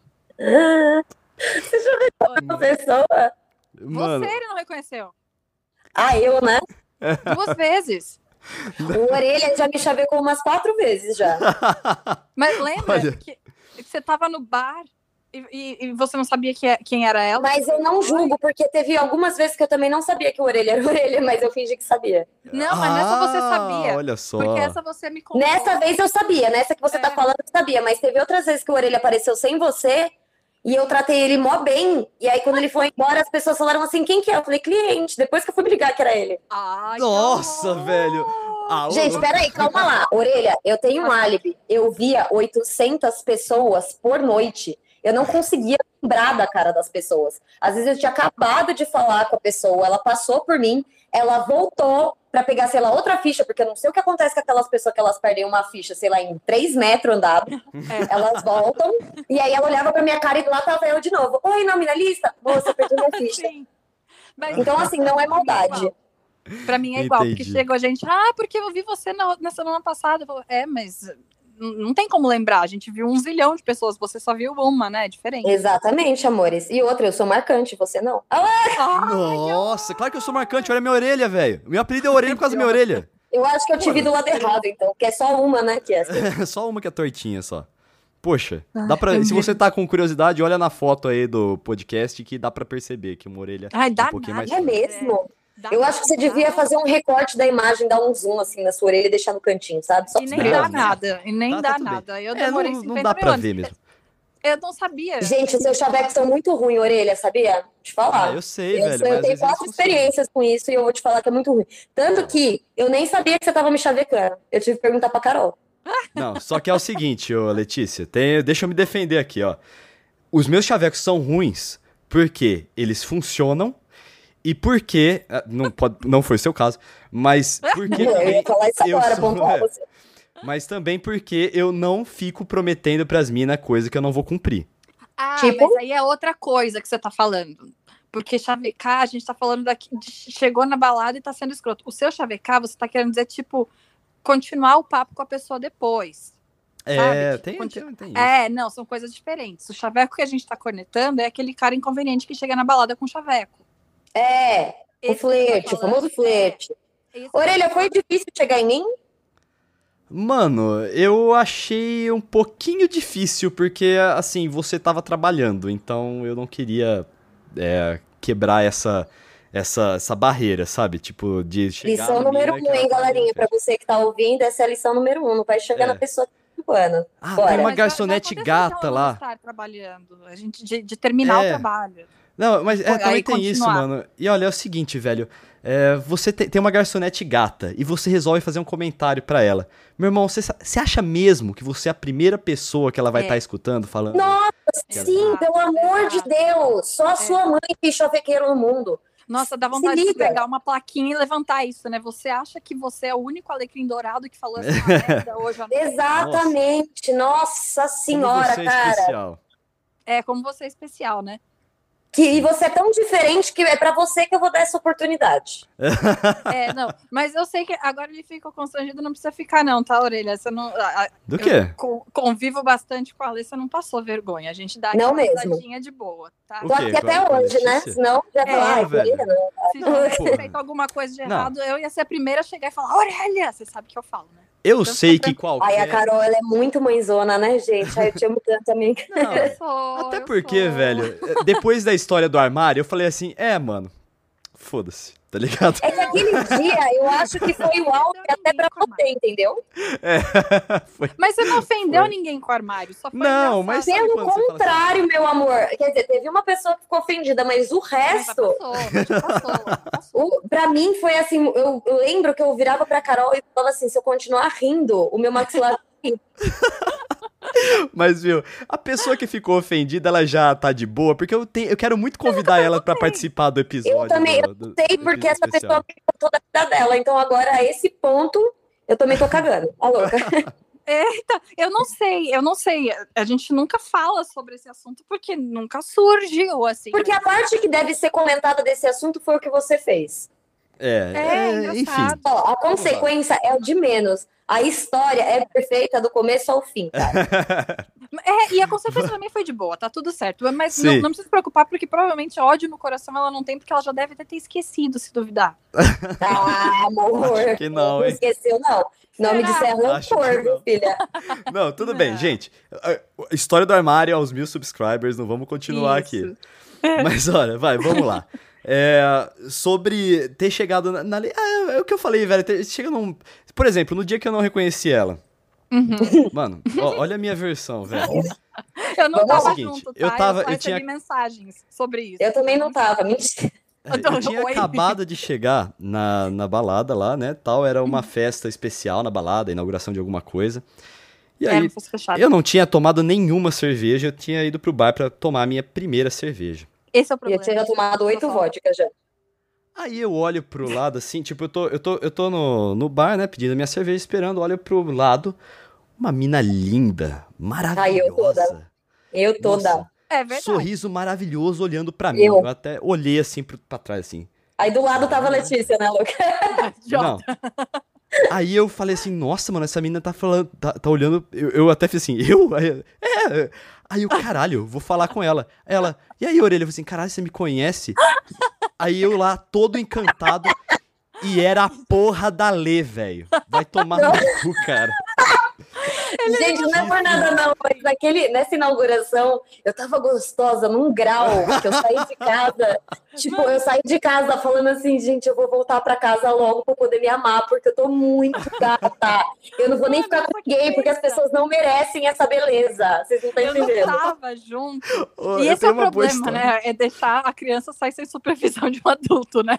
Uma pessoa.
Mano,
Você ele não reconheceu.
Ah, eu, né?
Duas vezes.
O orelha já me chavecou umas quatro vezes já.
Mas lembra
Olha.
que você tava no bar e, e- e você não sabia que é- quem era ela?
Mas eu não julgo, porque teve algumas vezes que eu também não sabia que o orelha era orelha, mas eu fingi que sabia.
Não, mas nessa você
Ah,
sabia.
Olha só.
Porque essa você me contou.
Nessa vez eu sabia, nessa que você
É.
tá falando eu sabia, mas teve outras vezes que o orelha apareceu sem você e eu tratei ele mó bem. E aí quando ele foi embora, as pessoas falaram assim: quem que é? Eu falei: cliente. Depois que eu fui me ligar que era ele.
Ai, que
Nossa,
horror!
velho. Ah, ô,
Gente, peraí, calma lá. Orelha, eu tenho um álibi. Eu via oitocentas pessoas por noite. Eu não conseguia lembrar da cara das pessoas. Às vezes eu tinha acabado de falar com a pessoa, ela passou por mim, ela voltou pra pegar, sei lá, outra ficha, porque eu não sei o que acontece com aquelas pessoas que elas perdem uma ficha, sei lá, em três metros andado. É. Elas voltam, e aí ela olhava pra minha cara e lá tava eu de novo. Oi, nome na lista? Moça, eu perdi minha ficha.
Mas,
então, assim, não é maldade.
Pra mim é igual,
Entendi.
porque chegou a gente, ah, porque eu vi você na, na semana passada. Eu falo, é, mas não tem como lembrar, a gente viu um zilhão de pessoas, você só viu uma, né? Diferente.
Exatamente, amores. E outra, eu sou marcante, você não. Ah,
Nossa, claro que eu sou marcante, olha a minha orelha, velho. Meu apelido é orelha por causa da minha orelha.
eu acho que eu te vi do lado errado, então, porque é só uma, né, que é assim.
Só uma que é tortinha, só. Poxa, dá pra, se você tá com curiosidade, olha na foto aí do podcast que dá pra perceber que uma orelha
Ai, dá
um pouquinho
nada,
mais...
É mesmo?
Dá
Eu acho que você devia fazer um recorte da imagem, dar um zoom assim na sua orelha e deixar no cantinho, sabe? Só
E nem
Não,
dá
não.
nada, e nem
Tá, tá
dá
tudo bem.
nada. Eu
É,
demorei
não, não
cinquenta
dá
mil
pra
anos.
ver mesmo.
Eu não sabia.
Gente, os seus chavecos são muito ruins, orelha, sabia? Vou te falar.
Ah, eu sei,
eu,
velho,
sou-
mas
eu
às
tenho
vezes
quatro
eles funcionam.
experiências com isso e eu vou te falar que é muito ruim. Tanto que eu nem sabia que você tava me chavecando. Eu tive que perguntar pra Carol.
Não, só que é o seguinte, ô Letícia, tem, deixa eu me defender aqui, ó. Os meus chavecos são ruins porque eles funcionam e porque, ah, não, pode, não foi o seu caso, mas porque
eu ia falar isso
eu
agora,
sou-
pontuar
é,
você.
mas também porque eu não fico prometendo pras minas coisa que eu não vou cumprir.
Ah,
Tipo?
mas aí é outra coisa que você tá falando. Porque chavecar, a gente tá falando daqui, de- chegou na balada e tá sendo escroto. O seu chavecar, você tá querendo dizer, tipo, continuar o papo com a pessoa depois.
É,
Sabe?
tem,
Continua-
tem, tem isso.
É, não, são coisas diferentes. O chaveco que a gente tá cornetando é aquele cara inconveniente que chega na balada com chaveco.
É, o
Esse que eu tô
flerte, o
falando,
famoso flerte.
é, esse que eu
Orelha,
tô
foi difícil chegar em mim?
Mano, eu achei um pouquinho difícil, porque, assim, você tava trabalhando, então eu não queria é, quebrar essa, essa, essa barreira, sabe? Tipo, de chegar
Lição
na
número
mina
um,
que
hein,
ela tá
galerinha?
ali,
Pra você que tá ouvindo, essa é a lição número um. Não vai chegar
É.
na pessoa que tá ocupando.
Ah,
Bora.
tem uma
Mas já-
garçonete
já aconteceu
gata
de ela não
lá.
estar trabalhando, a gente de, de terminar
É.
o trabalho.
Não, mas é,
Aí
também tem isso,
continuar.
mano. E olha, é o seguinte, velho. É, você te- tem uma garçonete gata e você resolve fazer um comentário pra ela. Meu irmão, você sa- você acha mesmo que você é a primeira pessoa que ela vai
É.
estar escutando falando?
Nossa,
Exato,
sim, pelo amor de
exato.
Deus. Só a sua mãe que chavequeiro no mundo.
Nossa, dá
Se
vontade de
liga.
pegar uma plaquinha e levantar isso, né? Você acha que você é o único alecrim dourado que falou essa merda hoje à noite?
Exatamente. Nossa
Como
senhora,
você é
cara.
especial.
É, como você é especial, né?
Que, e você é tão diferente que é pra você que eu vou dar essa oportunidade.
É, não. Mas eu sei que agora ele fica constrangido, não precisa ficar, não, tá, Orelha? Você não. a- a-
Do
eu
quê?
co- convivo bastante com a Alê, não passou vergonha. A gente dá
Não
aquela
mesmo.
risadinha de boa, tá?
O
Tô
quê?
aqui
Com a-
até
com a
hoje, né?
Letícia?
Senão já
É,
falar, ai,
velho.
Orelha, não.
Se tivesse
Pô.
feito alguma coisa de
Não.
errado, eu ia ser a primeira a chegar e falar, Orelha! Você sabe que eu falo, né?
Eu
Então,
sei
tá
que
tranquilo.
qualquer...
Ai, a Carol, ela é muito mãezona, né, gente? Ai, eu te amo tanto, amiga.
Não,
Eu sou,
até
eu
porque,
sou.
velho, depois da história do armário, eu falei assim, é, mano, foda-se, tá ligado?
É que aquele dia, eu acho que foi o auge até pra você, entendeu?
Foi-
Mas você não ofendeu
Foi.
ninguém com o armário, só foi
Não,
engraçado.
mas- Sabe
Pelo
quando você fala
contrário, meu amor. Quer dizer, teve uma pessoa que ficou ofendida, mas o
Mas já
resto,
passou, mas já passou, já passou.
o, pra mim foi assim, eu, eu lembro que eu virava pra Carol e falava assim, se eu continuar rindo, o meu maxilar...
Mas, viu, a pessoa que ficou ofendida, ela já tá de boa, porque eu, tenho, eu quero muito convidar ela pra participar do episódio.
Eu também,
do,
eu
do-
sei
do
porque
episódio
essa
especial.
pessoa me contou da vida dela, então agora a esse ponto, eu também tô cagando, tá louca?
Eita, eu não sei, eu não sei. A gente nunca fala sobre esse assunto porque nunca surgiu assim.
Porque a parte que deve ser comentada desse assunto foi o que você fez.
É,
É,
é, enfim.
engraçado.
Ó, a consequência é o de menos. A história é perfeita do começo ao fim, cara.
É, e a consequência também foi de boa, tá tudo certo. Mas não,
Sim.
não precisa se preocupar, porque provavelmente ódio no coração ela não tem, porque ela já deve até ter esquecido, se duvidar.
Ah, amor.
Acho que não, hein?
esqueceu, não. O nome
Será?
disso é
Acho que
rancor,
não.
viu, filha?
Não, tudo bem,
Não.
gente. A a história do armário aos mil subscribers, não vamos continuar
Isso.
aqui. Mas olha, vai, vamos lá. É, sobre ter chegado na, na. Ah, é o que eu falei, velho. Ter, chega num. Por exemplo, no dia que eu não reconheci ela.
Uhum.
Mano, ó, olha a minha versão, velho.
Eu não
Vamos
tava
lá. Seguinte,
junto, tá?
eu tava-
só
eu tinha-
recebi mensagens sobre isso.
Eu também não tava, mentira.
Eu tinha
Oi.
acabado de chegar na, na balada lá, né? Tal, era uma festa especial na balada, inauguração de alguma coisa. E
É,
aí,
não fosse fechado.
eu não tinha tomado nenhuma cerveja, eu tinha ido pro bar pra tomar a minha primeira cerveja.
Esse é o
E eu
problema.
tinha tomado oito
Só fala.
vodkas já.
Aí eu olho pro lado assim, tipo, eu tô, eu tô, eu tô no, no bar, né, pedindo a minha cerveja, esperando, olho pro lado, uma mina linda,
Ai, eu toda.
maravilhosa.
Eu toda.
Nossa,
É verdade.
sorriso maravilhoso olhando pra mim.
Eu.
Eu até olhei assim pro- pra trás, assim.
Aí do lado tava a Letícia, né, Luca?
Não. Aí eu falei assim, nossa, mano, essa menina tá falando, tá, tá olhando. Eu, eu até fiz assim, eu? Aí, é. Aí eu, caralho, vou falar com ela. Ela, e aí, orelha? Eu falei assim, caralho, você me conhece? Aí eu lá, todo encantado, e era a porra da Lê, velho. Vai tomar no cu, cara.
Gente, não é por nada não, mas naquele, nessa inauguração eu tava gostosa num grau que eu saí de casa, tipo, eu saí de casa falando assim, gente, eu vou voltar pra casa logo pra poder me amar, porque eu tô muito gata. Eu não vou nem ficar com ninguém, porque as pessoas não merecem essa beleza. Vocês não estão
Eu não
entendendo.
tava junto.
Ô,
E
eu
esse é
tenho
o
uma boa
problema,
história.
né? É deixar a criança sair sem supervisão de um adulto, né?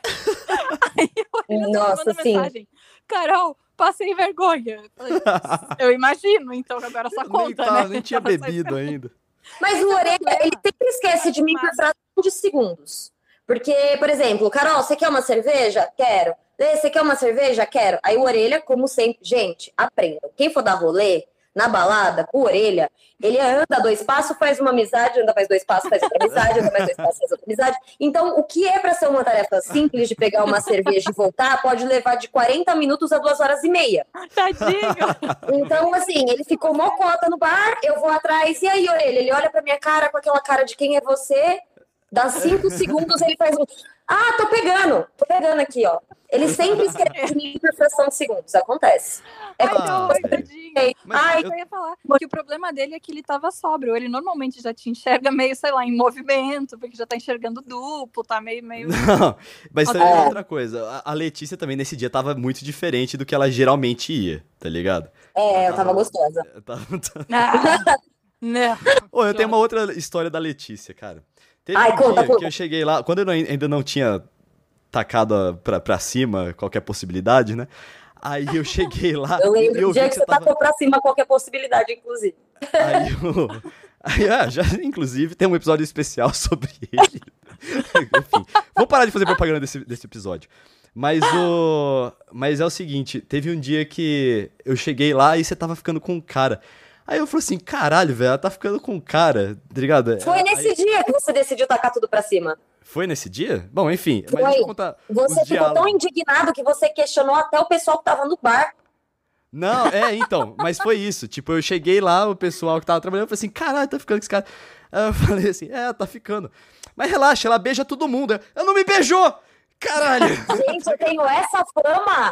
Aí eu
Nossa,
manda
sim.
mensagem. Carol, passei vergonha. Eu falei, Eu imagino, então agora só
Eu nem,
conta,
tava,
né?
nem tinha
Tava só
bebido
esperando.
ainda.
Mas
Esse
o
é o
Orelha,
problema.
ele sempre esquece de mim por fração de segundos. Porque, por exemplo, Carol, você quer uma cerveja? Quero. Lê, você quer uma cerveja? Quero. Aí o Orelha, como sempre, gente, aprendam. Quem for dar rolê, na balada, com o Orelha, ele anda dois passos, faz uma amizade, anda mais dois passos, faz outra amizade, anda mais dois passos, faz outra amizade. Então, o que é pra ser uma tarefa simples de pegar uma cerveja e voltar, pode levar de quarenta minutos a duas horas e meia.
Tadinho.
Então, assim, ele ficou mocota no bar, eu vou atrás, e aí, Orelha? Ele olha pra minha cara com aquela cara de quem é você, dá cinco segundos, ele faz um... Ah, tô pegando, tô pegando aqui, ó. Ele sempre esquece de mim por fração de segundos, acontece. É
Ai,
como
não,
Ah,
ai,
velho.
tadinho.
Mas
Ai,
Eu ia falar que o problema dele é que ele tava sóbrio. Ele normalmente já te enxerga meio, sei lá, em movimento, porque já tá enxergando duplo, tá meio, meio...
Não, mas também
É.
é outra coisa. A- A Letícia também nesse dia tava muito diferente do que ela geralmente ia, tá ligado?
é, eu tava gostosa.
Eu tava-
Ah, não.
Ô, eu tenho uma outra história da Letícia, cara. Teve
Ai,
um
conta,
dia
conta.
que eu cheguei lá, quando eu não- ainda não tinha tacado a- pra, pra cima qualquer possibilidade, né? Aí eu cheguei lá
Eu
e
lembro
eu
do dia
vi
que
que
você
você tava...
tacou pra cima qualquer possibilidade, inclusive.
Aí eu... Aí, ah, já, inclusive, tem um episódio especial sobre ele. Enfim, vou parar de fazer propaganda desse, desse episódio. Mas o... Mas é o seguinte, teve um dia que eu cheguei lá e você tava ficando com um cara. Aí eu falei assim, caralho, velho, ela tá ficando com um cara, tá ligado?
Foi
Aí-
nesse dia que você decidiu tacar tudo pra cima.
Foi nesse dia? Bom, enfim, mas
Foi.
deixa eu contar
Você
os
ficou tão
diálogos.
indignado que você questionou até o pessoal que tava no bar.
Não, é, então, mas foi isso. Tipo, eu cheguei lá, o pessoal que tava trabalhando, eu falei assim, caralho, tá ficando com esse cara. Aí eu falei assim, é, tá ficando. Mas relaxa, ela beija todo mundo. Ela não me beijou! Caralho!
Gente, eu tenho essa fama.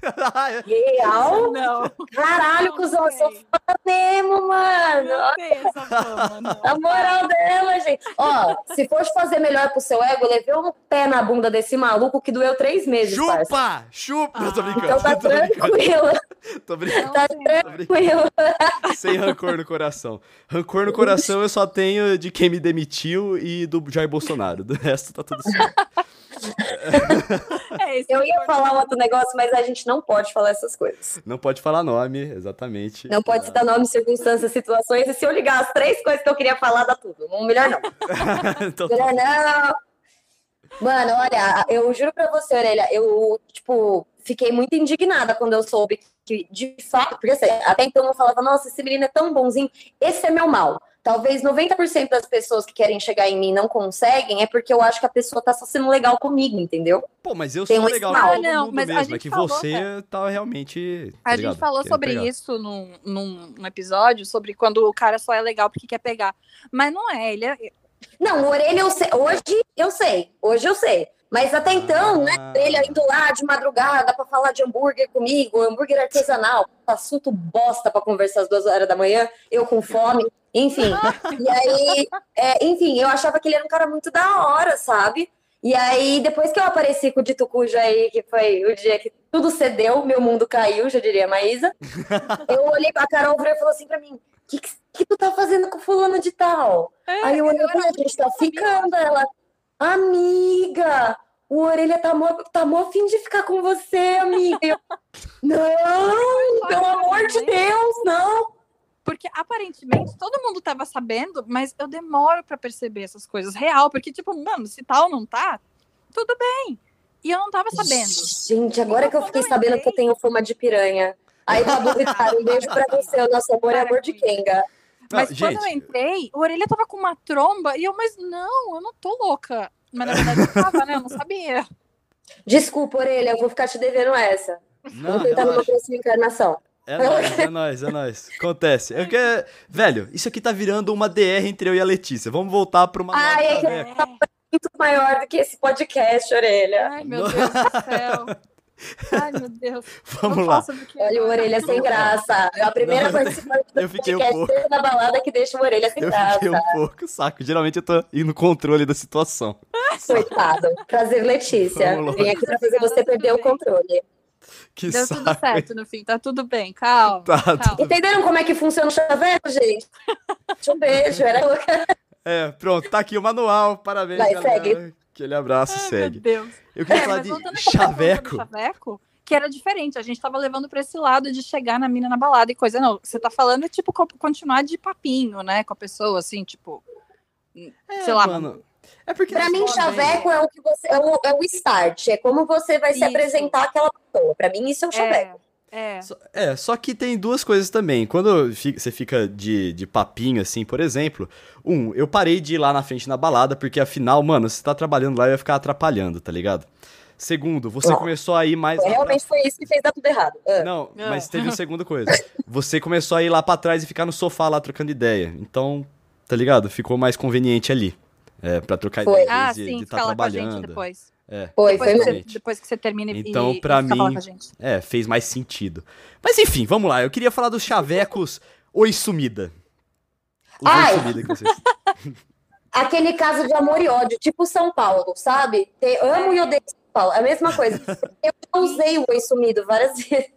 Real?
Não,
Caralho, cuzão, eu sou foda mesmo, mano.
não tem essa fama, não.
A moral dela, gente. Ó, se fosse fazer melhor pro seu ego, eu levei um pé na bunda desse maluco que doeu três meses, parça.
Chupa! Chupa! Eu tô brincando.
Então tá
tô brincando.
tranquilo,
Tô brincando.
tá tranquilo.
Sem rancor no coração. Rancor no coração eu só tenho de quem me demitiu e do Jair Bolsonaro. Do resto tá tudo certo.
É, esse
Eu
é
ia
o
falar um outro negócio, mas a gente não pode falar essas coisas.
Não pode falar nome, exatamente.
Não pode citar nome, circunstâncias, situações. E se eu ligar as três coisas que eu queria falar, dá tudo. Não, melhor não.
Então tá.
Melhor não. Mano, olha, eu juro pra você, Orelha, eu, tipo, fiquei muito indignada quando eu soube que, de fato, porque assim, até então eu falava, nossa, esse menino é tão bonzinho, esse é meu mal. Talvez noventa por cento das pessoas que querem chegar em mim não conseguem, é porque eu acho que a pessoa tá só sendo legal comigo, entendeu?
Pô, mas eu
Tem
sou
um
legal
sinal.
com todo
Ah, não,
mundo
mas a
mesmo. É
gente
que
falou,
você
é.
tá realmente. tá
A
ligado?
gente falou
Querendo
sobre
pegar.
isso num, num, num episódio, sobre quando o cara só é legal porque quer pegar. Mas não é, ele é...
Não, o Orelha eu sei, hoje eu sei, hoje eu sei. Mas até então, né,
Ah.
Orelha indo lá de madrugada pra falar de hambúrguer comigo, hambúrguer artesanal, assunto bosta pra conversar às duas horas da manhã, eu com fome, enfim. E aí, é, enfim, eu achava que ele era um cara muito da hora, sabe? E aí, depois que eu apareci com o dito cujo aí, que foi o dia que tudo cedeu, meu mundo caiu, já diria a Maísa, eu olhei pra Carol e falou assim pra mim, o que, que, que tu tá fazendo com fulano de tal?
É,
Aí eu olhei
eu
pra
era
ela, a gente tá
eu sabia.
ficando, ela, amiga, o Orelha tá mó, tá mó afim de ficar com você, amiga. Eu, não, pelo amor de Deus, não.
Porque aparentemente todo mundo tava sabendo, mas eu demoro pra perceber essas coisas real. Porque, tipo, mano, se tal não tá, tudo bem. E eu não tava sabendo.
Gente, agora
Então,
que eu
quando
fiquei
eu
sabendo
entrei-
que eu tenho fama de piranha. Aí, Pablo Vittar, um beijo pra você. O nosso amor é
Para
amor de
com isso.
Kenga.
Mas
Não,
quando eu
gente,
entrei, o Orelha tava com uma tromba e eu, mas não, eu não tô louca. Mas na verdade eu tava, né? Eu não sabia.
Desculpa, Orelha, eu vou ficar te devendo essa.
não,
Vou tentar numa
relaxa.
próxima encarnação.
É nóis, é nóis, é nóis. Acontece. Eu quero... Velho, isso aqui tá virando uma D R entre eu e a Letícia. Vamos voltar pra uma
Ai, é que-
Chaveco.
Muito maior do que esse podcast, Orelha.
Ai, meu Deus do céu. Ai, meu Deus.
Vamos
Vamos
lá.
falar sobre o que
Olha o
agora?
Orelha sem graça. É a primeira
Não,
participante do
eu fiquei um
podcast
pouco.
da balada que deixa o Orelha sem
Eu
graça.
fiquei um pouco saco. Geralmente eu tô indo no controle da situação.
Coitado. Prazer, Letícia.
Vamos lá.
Vim aqui pra fazer você perder o controle.
Que
Deu
saco.
tudo certo no fim, tá tudo bem. Calma.
Tá,
calma.
tudo-
Entenderam como é que funciona o chaveco, gente? Um beijo. Era
É, pronto, tá aqui o manual. Parabéns,
Vai,
galera.
segue.
Aquele abraço,
Ai,
segue.
meu Deus.
Eu queria
É,
falar
mas
de
voltando àquela coisa do
chaveco.
chaveco, que era diferente. A gente tava levando pra esse lado de chegar na mina na balada e coisa. Não, você tá falando é tipo co- continuar de papinho, né? Com a pessoa, assim, tipo. sei lá,
mano. É porque
Pra mim,
eles
chaveco é o que você é o, é o start, é como você vai se
Isso.
apresentar àquela pessoa. Pra mim, isso é o chaveco.
É, é.
Só- É, só que tem duas coisas também. Quando fi- você fica de, de papinho, assim, por exemplo, um, eu parei de ir lá na frente na balada, porque afinal, mano, você tá trabalhando lá e vai ficar atrapalhando, tá ligado? Segundo, você
Não.
começou a ir mais lá pra...
Realmente foi isso que fez dar tudo errado. Ah.
Não,
Ah.
mas teve a segunda coisa. Você começou a ir lá pra trás e ficar no sofá lá trocando ideia. Então, tá ligado? Ficou mais conveniente ali. É, pra trocar
Foi.
ideia, em
Ah,
vez de,
sim,
de
ficar
tá
lá com a gente
trabalhando.
depois.
É.
Foi,
depois,
foi
que
mesmo.
você,
Exatamente.
depois que você termina e,
Então,
e
pra
fica lá
mim-
com a gente.
É, fez mais sentido. Mas enfim, vamos lá. Eu queria falar dos chavecos Oi Sumida. Os
Ai!
Oi Sumida que vocês...
Aquele caso de amor e ódio, tipo São Paulo, sabe? Te- amo e odeio São Paulo. É a mesma coisa. Eu já usei o oi sumido várias vezes.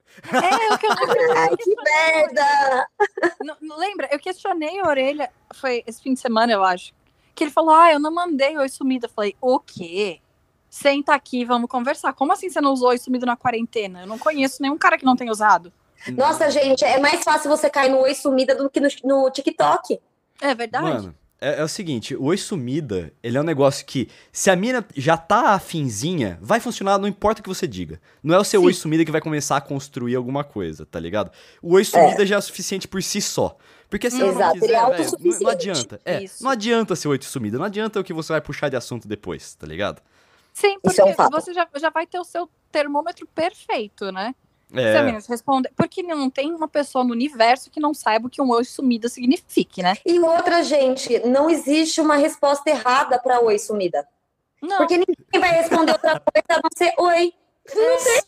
É, o que eu
Ai, que merda!
Não, não lembra? Eu questionei a orelha, foi esse fim de semana, eu acho. Que ele falou, ah, eu não mandei oi sumido. Eu falei, o quê? Senta aqui, vamos conversar. Como assim você não usou oi sumido na quarentena? Eu não conheço nenhum cara que não tenha usado.
Nossa, gente, é mais fácil você cair no oi sumida do que no, no TikTok.
É verdade?
Mano, é, é o seguinte, o Oi Sumida, ele é um negócio que, se a mina já tá afinzinha, vai funcionar, não importa o que você diga. Não é o seu
Sim.
Oi Sumida que vai começar a construir alguma coisa, tá ligado? O Oi Sumida já é o suficiente por si só. Porque se ela não
Exato, ele é
quiser, velho, não,
autossuficiente.
não adianta. É,
Isso.
não adianta ser Oi Sumida, não adianta o que você vai puxar de assunto depois, tá ligado?
Sim,
Isso
porque
é um fato.
você já, já vai ter o seu termômetro perfeito, né? Se a
É,
menina responde. Porque não tem uma pessoa no universo que não saiba o que um oi sumido signifique, né?
E outra, gente, não existe uma resposta errada pra oi sumida.
Não.
Porque ninguém vai responder outra coisa a não ser oi. Não tem.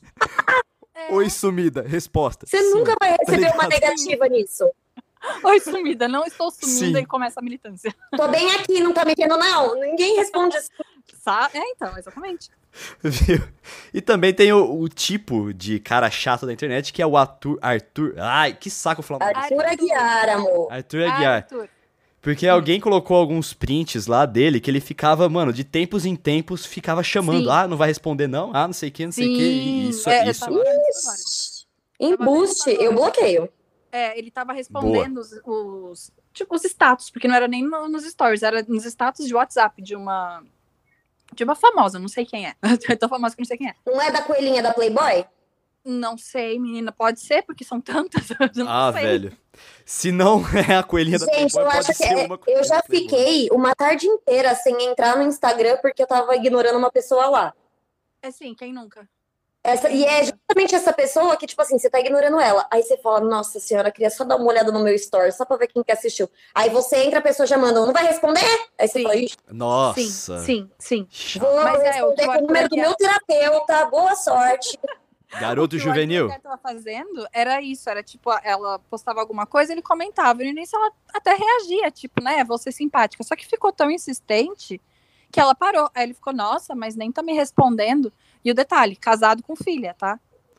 É,
Oi Sumida, resposta.
Você
Sim.
nunca vai receber uma
ligado?
negativa nisso.
oi sumida, não estou sumida
Sim.
e começa a militância.
Tô bem aqui, não tá me vendo, não. Ninguém responde assim.
Sa- É, então, exatamente.
Viu? E também tem o, o tipo de cara chato da internet, que é o Arthur... Arthur... Ai, que saco falar.
Arthur Aguiar, amor.
Arthur Aguiar.
Arthur.
Porque alguém colocou alguns prints lá dele que ele ficava, mano, de tempos em tempos, ficava chamando.
Sim.
Ah, não vai responder não? Ah, não sei o que, não sei o que.
Sim,
Isso,
é, eu
isso.
tava vendo isso agora.
Embuste, eu bloqueio.
É, ele tava respondendo os, os- tipo, os status, porque não era nem no- nos stories, era nos status de WhatsApp de uma de uma famosa, não sei quem é. É tão famosa que eu não sei quem é.
Não é da coelhinha da Playboy?
Não sei, menina, pode ser, porque são tantas. Eu não
Ah,
sei.
velho. Se não é a coelhinha da
Gente,
Playboy,
eu
pode
acho que
ser
é-
uma
eu
coelhinha
já
da Playboy.
fiquei uma tarde inteira sem entrar no Instagram porque eu tava ignorando uma pessoa lá.
É sim, quem nunca?
Essa, e é justamente essa pessoa que, tipo assim, você tá ignorando ela. Aí você fala, nossa senhora, queria só dar uma olhada no meu story, só pra ver quem que assistiu. Aí você entra, a pessoa já manda, não vai responder? Aí você
Sim.
fala, ixi,
Nossa.
Sim, sim, sim.
Chato.
vou
Mas é, o que
responder
o
com o
Arthur
número do
Aguiar-
meu terapeuta, boa sorte.
Garoto
O que
juvenil.
O Arthur tava fazendo era isso, era tipo, ela postava alguma coisa, ele comentava, e no início ela até reagia, tipo, né, vou ser simpática, só que ficou tão insistente que ela parou, aí ele ficou, nossa, mas nem tá me respondendo, e o detalhe, casado com filha, tá?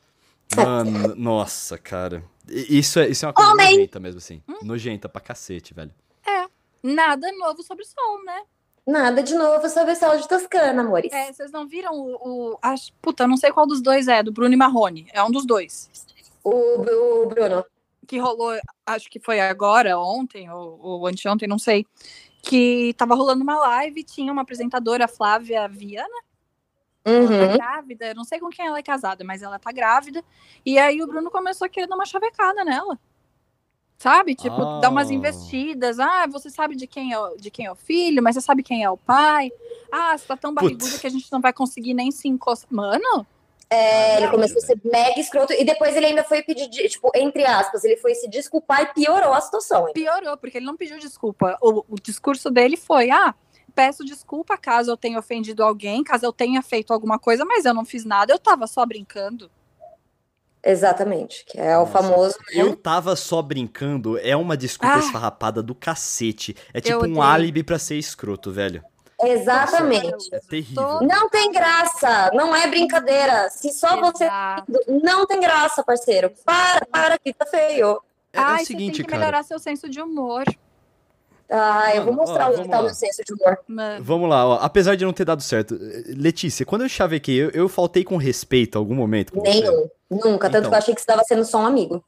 Mano, nossa, cara. I- Isso é, isso é uma coisa
Homem.
nojenta mesmo, assim. Nojenta pra cacete, velho.
Nada novo sobre o sol, né?
Nada de novo sobre sal de Toscana, amores.
É, vocês não viram o, o acho, puta, eu não sei qual dos dois é, do Bruno e Marrone, é um dos dois.
O, o Bruno.
que rolou, acho que foi agora, ontem, ou, ou anteontem, não sei, que tava rolando uma live, tinha uma apresentadora, a Flávia Viana, ela tá
Uhum.
grávida, eu não sei com quem ela é casada, mas ela tá grávida, e aí o Bruno começou a querer dar uma chavecada nela. Sabe? Tipo,
Ah.
dar umas investidas. Ah, você sabe de quem, é o, de quem é o filho, mas você sabe quem é o pai. Ah, você tá tão barriguda
Putz.
que a gente não vai conseguir nem se encostar. Mano,
É, ele
Caralho,
começou a ser mega escroto e depois ele ainda foi pedir, de- tipo, entre aspas, ele foi se desculpar e piorou a situação. hein?
piorou, porque ele não pediu desculpa. O, o discurso dele foi: ah, peço desculpa caso eu tenha ofendido alguém, caso eu tenha feito alguma coisa, mas eu não fiz nada, eu tava só brincando.
Exatamente, que é o
Nossa,
famoso. né?
Eu tava só brincando, é uma desculpa
Ah.
esfarrapada do cacete. É tipo um
odeio.
álibi pra ser escroto, velho.
Exatamente.
É terrível.
Todo-
Não tem graça, não é brincadeira. Se só você.
Exato.
Não tem graça, parceiro. Para, para, que tá feio.
É, é
Ai,
o seguinte,
você tem que
cara.
melhorar seu senso de humor.
Ah, eu vou
Mano,
mostrar
ó,
onde
vamos
tá o
lá.
meu senso de humor.
Mano.
Vamos lá, ó. Apesar de não ter dado certo, Letícia, quando eu chavequei, eu, eu faltei com respeito em algum momento com você?
Nenhum. Nunca. Tanto
Então.
que eu achei que você estava sendo só um amigo.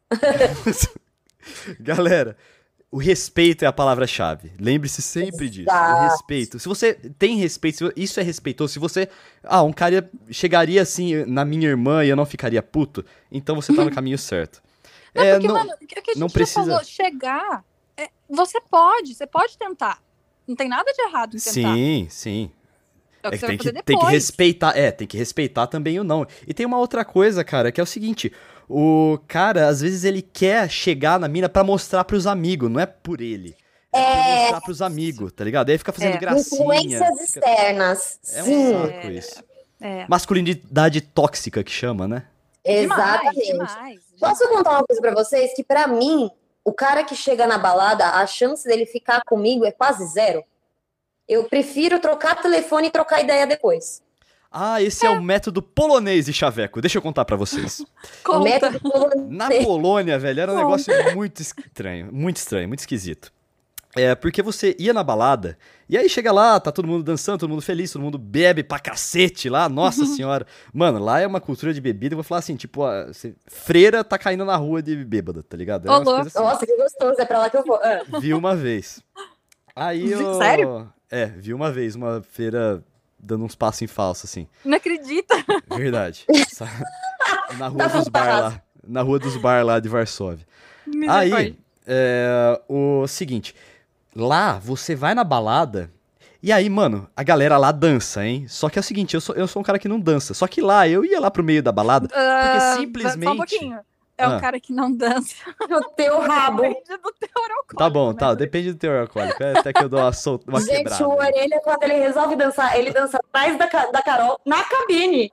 Galera, o respeito é a palavra-chave. Lembre-se sempre disso. O
Exato.
respeito. Se você tem respeito, se isso é respeitoso. Se você. Ah, um cara chegaria assim na minha irmã e eu não ficaria puto, então você tá no caminho certo.
Não,
É,
porque,
não-
mano, o que a gente
não
já
precisa-
falou, chegar, é, você pode, você pode tentar. Não tem nada de errado em tentar.
Sim, sim.
É o que
É que
você
tem,
vai fazer
que,
depois.
tem que respeitar, é, tem que respeitar também o não. E tem uma outra coisa, cara, que é o seguinte, o cara, às vezes ele quer chegar na mina pra mostrar pros amigos, não é por ele. É, pra
É.
mostrar pros amigos, tá ligado? Aí fica fazendo
É.
gracinha.
Influências
fica-
externas.
É um
Sim,
saco isso.
É.
Masculinidade tóxica que chama, né?
exatamente.
Demais, demais,
Posso
demais.
contar uma coisa pra vocês? Que pra mim, o cara que chega na balada, a chance dele ficar comigo é quase zero. Eu prefiro trocar telefone e trocar ideia depois.
Ah, esse é, o método polonês de chaveco. Deixa eu contar pra vocês.
O
Conta.
método polonês.
Na Polônia, velho, era um
Conta.
negócio muito estranho, muito estranho, muito esquisito. É, porque você ia na balada, e aí chega lá, tá todo mundo dançando, todo mundo feliz, todo mundo bebe pra cacete lá, nossa senhora. Mano, lá é uma cultura de bebida, eu vou falar assim, tipo, a, você- freira tá caindo na rua de bêbada, tá ligado? É
Ô,
umas
louco.
coisas assim.
Nossa, que gostoso, é pra lá que eu vou. Ah.
Vi uma vez. Aí eu...
Sério?
É, vi uma vez, uma feira dando uns passos em falso, assim.
Não acredita?
Verdade. Na rua
Tá
dos bar
fantasma.
lá. Na rua dos bar lá de Varsóvia.
Misericórdia.
Aí, é, o seguinte, lá você vai na balada e aí, mano, a galera lá dança, hein? Só que é o seguinte, eu sou, eu sou um cara que não dança. Só que lá eu ia lá pro meio da balada
Ah,
simplesmente-
Só um pouquinho. É um
Ah.
cara que não dança.
O teu rabo.
Depende do teu alcoólico,
Tá bom,
né?
tá, depende do teu alcoólico. É até que eu dou uma, sol... uma
Gente,
quebrada.
o Orelha, quando ele resolve dançar, ele dança atrás da, Ca- da Carol na cabine.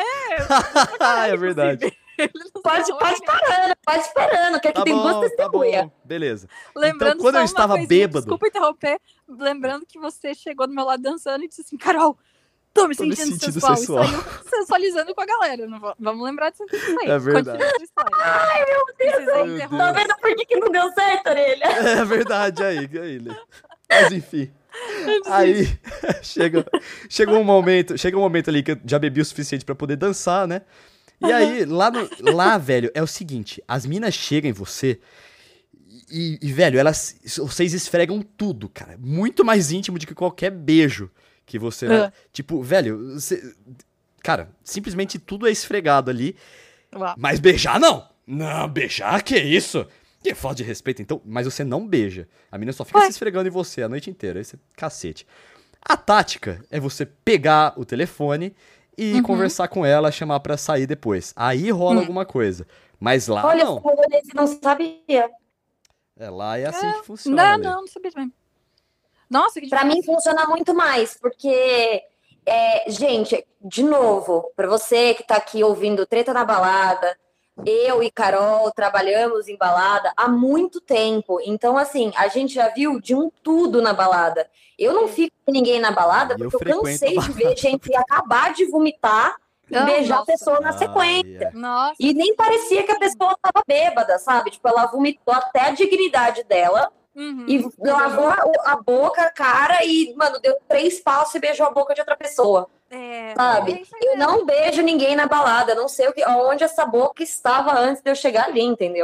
Ah, é verdade.
Ele não
Pode,
sabe
pode esperando, pode esperando, que aqui
Tá
tem duas
bom, tá
testemunhas.
bom, beleza.
Lembrando
Então, quando
só
eu
uma
estava
coisinha,
bêbado-
Desculpa interromper. Lembrando que você chegou do meu lado dançando e disse assim, Carol, tô me
Tô me
sentindo,
sentindo
sensual.
sensual.
E saiu sensualizando com a galera. Não va- vamos lembrar disso aí.
É verdade.
Continua a sua história. Ai, meu Deus.
Deus.
Tá vendo por que, que não deu certo, Orelha?
É verdade, aí, aí. Lê. Mas enfim. Aí chega, chega um momento, chega um momento ali que eu já bebi o suficiente pra poder dançar, né? E aí, lá, no, lá, velho, é o seguinte, as minas chegam em você e, e, velho, elas, vocês esfregam tudo, cara. Muito mais íntimo do que qualquer beijo que você...
Ah.
Tipo, velho, você, cara, simplesmente tudo é esfregado ali,
Uau.
mas beijar não! Não, beijar, que isso? Que falta de respeito, então. Mas você não beija. A menina só fica
Ué.
se esfregando em você a noite inteira. Esse é cacete. A tática é você pegar o telefone e
Uhum.
conversar com ela, chamar pra sair depois. Aí rola
Hum.
alguma coisa. Mas lá
Olha,
não.
o polonês não sabia.
É, lá é assim que funciona.
Não,
Lê.
não, não sabia também. Nossa, que
Pra mim
diferença.
funciona muito mais, porque, é, gente, de novo, pra você que tá aqui ouvindo Treta na Balada, eu e Carol trabalhamos em balada há muito tempo. Então, assim, a gente já viu de um tudo na balada. Eu não fico com ninguém na balada
E eu
porque eu,
frequento
cansei
a
de ver gente acabar de vomitar e
Ah,
beijar
nossa.
a pessoa na
Ah,
sequência.
é.
Nossa.
E nem parecia que a pessoa tava bêbada, sabe? Tipo, ela vomitou até a dignidade dela
Uhum.
e lavou a, a boca, a cara e, mano, deu três passos e beijou a boca de outra pessoa,
É,
sabe?
é isso aí
Eu
mesmo.
não beijo ninguém na balada, não sei o que, onde essa boca estava antes de eu chegar ali, entendeu?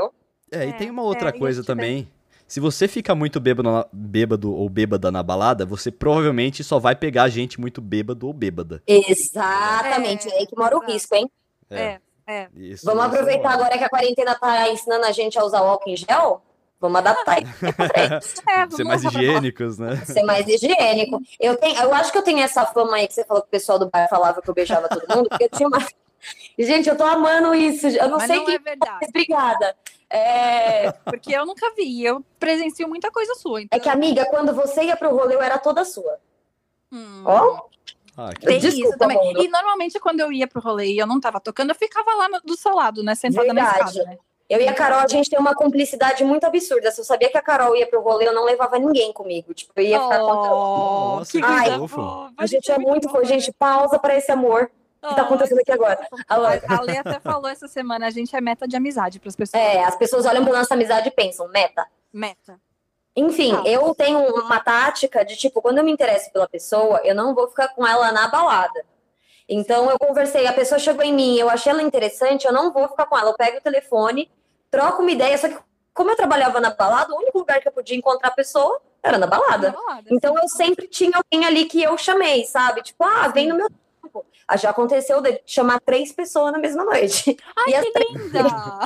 É, e
É,
tem uma outra
é, e a
coisa
gente vê-
também. Se você fica muito bêbado, na- bêbado ou bêbada na balada, você provavelmente só vai pegar gente muito bêbado ou bêbada.
Exatamente, é aí que mora o
exato.
risco, hein?
É, é.
Isso,
Vamos
isso
aproveitar
rola.
agora que a quarentena tá ensinando a gente a usar o álcool em gel? Vamos adaptar isso pra frente.
É, vamos
Ser mais
lá pra falar.
higiênicos, né?
Ser mais higiênico. Eu, tenho, eu acho que eu tenho essa fama aí que você falou que o pessoal do bar falava que eu beijava todo mundo, porque eu tinha uma. Gente, eu tô amando isso. Eu não
Mas
sei
não
quem
é verdade,
fez, obrigada. É...
porque eu nunca vi. Eu presencio muita coisa sua. Então...
é que, amiga, quando você ia pro rolê, eu era toda sua.
Hum,
Ó,
Ah, que
tem
Desculpa,
isso também.
mundo.
E normalmente quando eu ia pro rolê e eu não tava tocando, eu ficava lá no- do seu lado, né? Sentada na
Verdade.
escada, né?
eu e a Carol, a gente tem uma cumplicidade muito absurda. Se eu sabia que a Carol ia pro rolê, eu não levava ninguém comigo. Tipo, eu ia ficar contando.
Oh,
Nossa,
que
que
coisa
fofo.
fofa.
A gente é muito fofo.
boa,
Gente, pausa pra esse amor. O que tá acontecendo aqui agora? Alô?
A a Lê até falou essa semana, a gente é meta de amizade pras pessoas.
É, as pessoas olham pra nossa amizade e pensam, meta.
Meta.
Enfim,
Ah.
eu tenho uma tática de, tipo, quando eu me interesso pela pessoa, eu não vou ficar com ela na balada. Então, eu conversei, a pessoa chegou em mim, eu achei ela interessante, eu não vou ficar com ela. Eu pego o telefone, troco uma ideia, só que como eu trabalhava na balada, o único lugar que eu podia encontrar a pessoa era na balada.
Na balada,
Então,
sim.
eu sempre tinha alguém ali que eu chamei, sabe? Tipo, ah, vem no meu tempo. Ah, já aconteceu de chamar três pessoas na mesma noite.
Ai,
E as
que linda!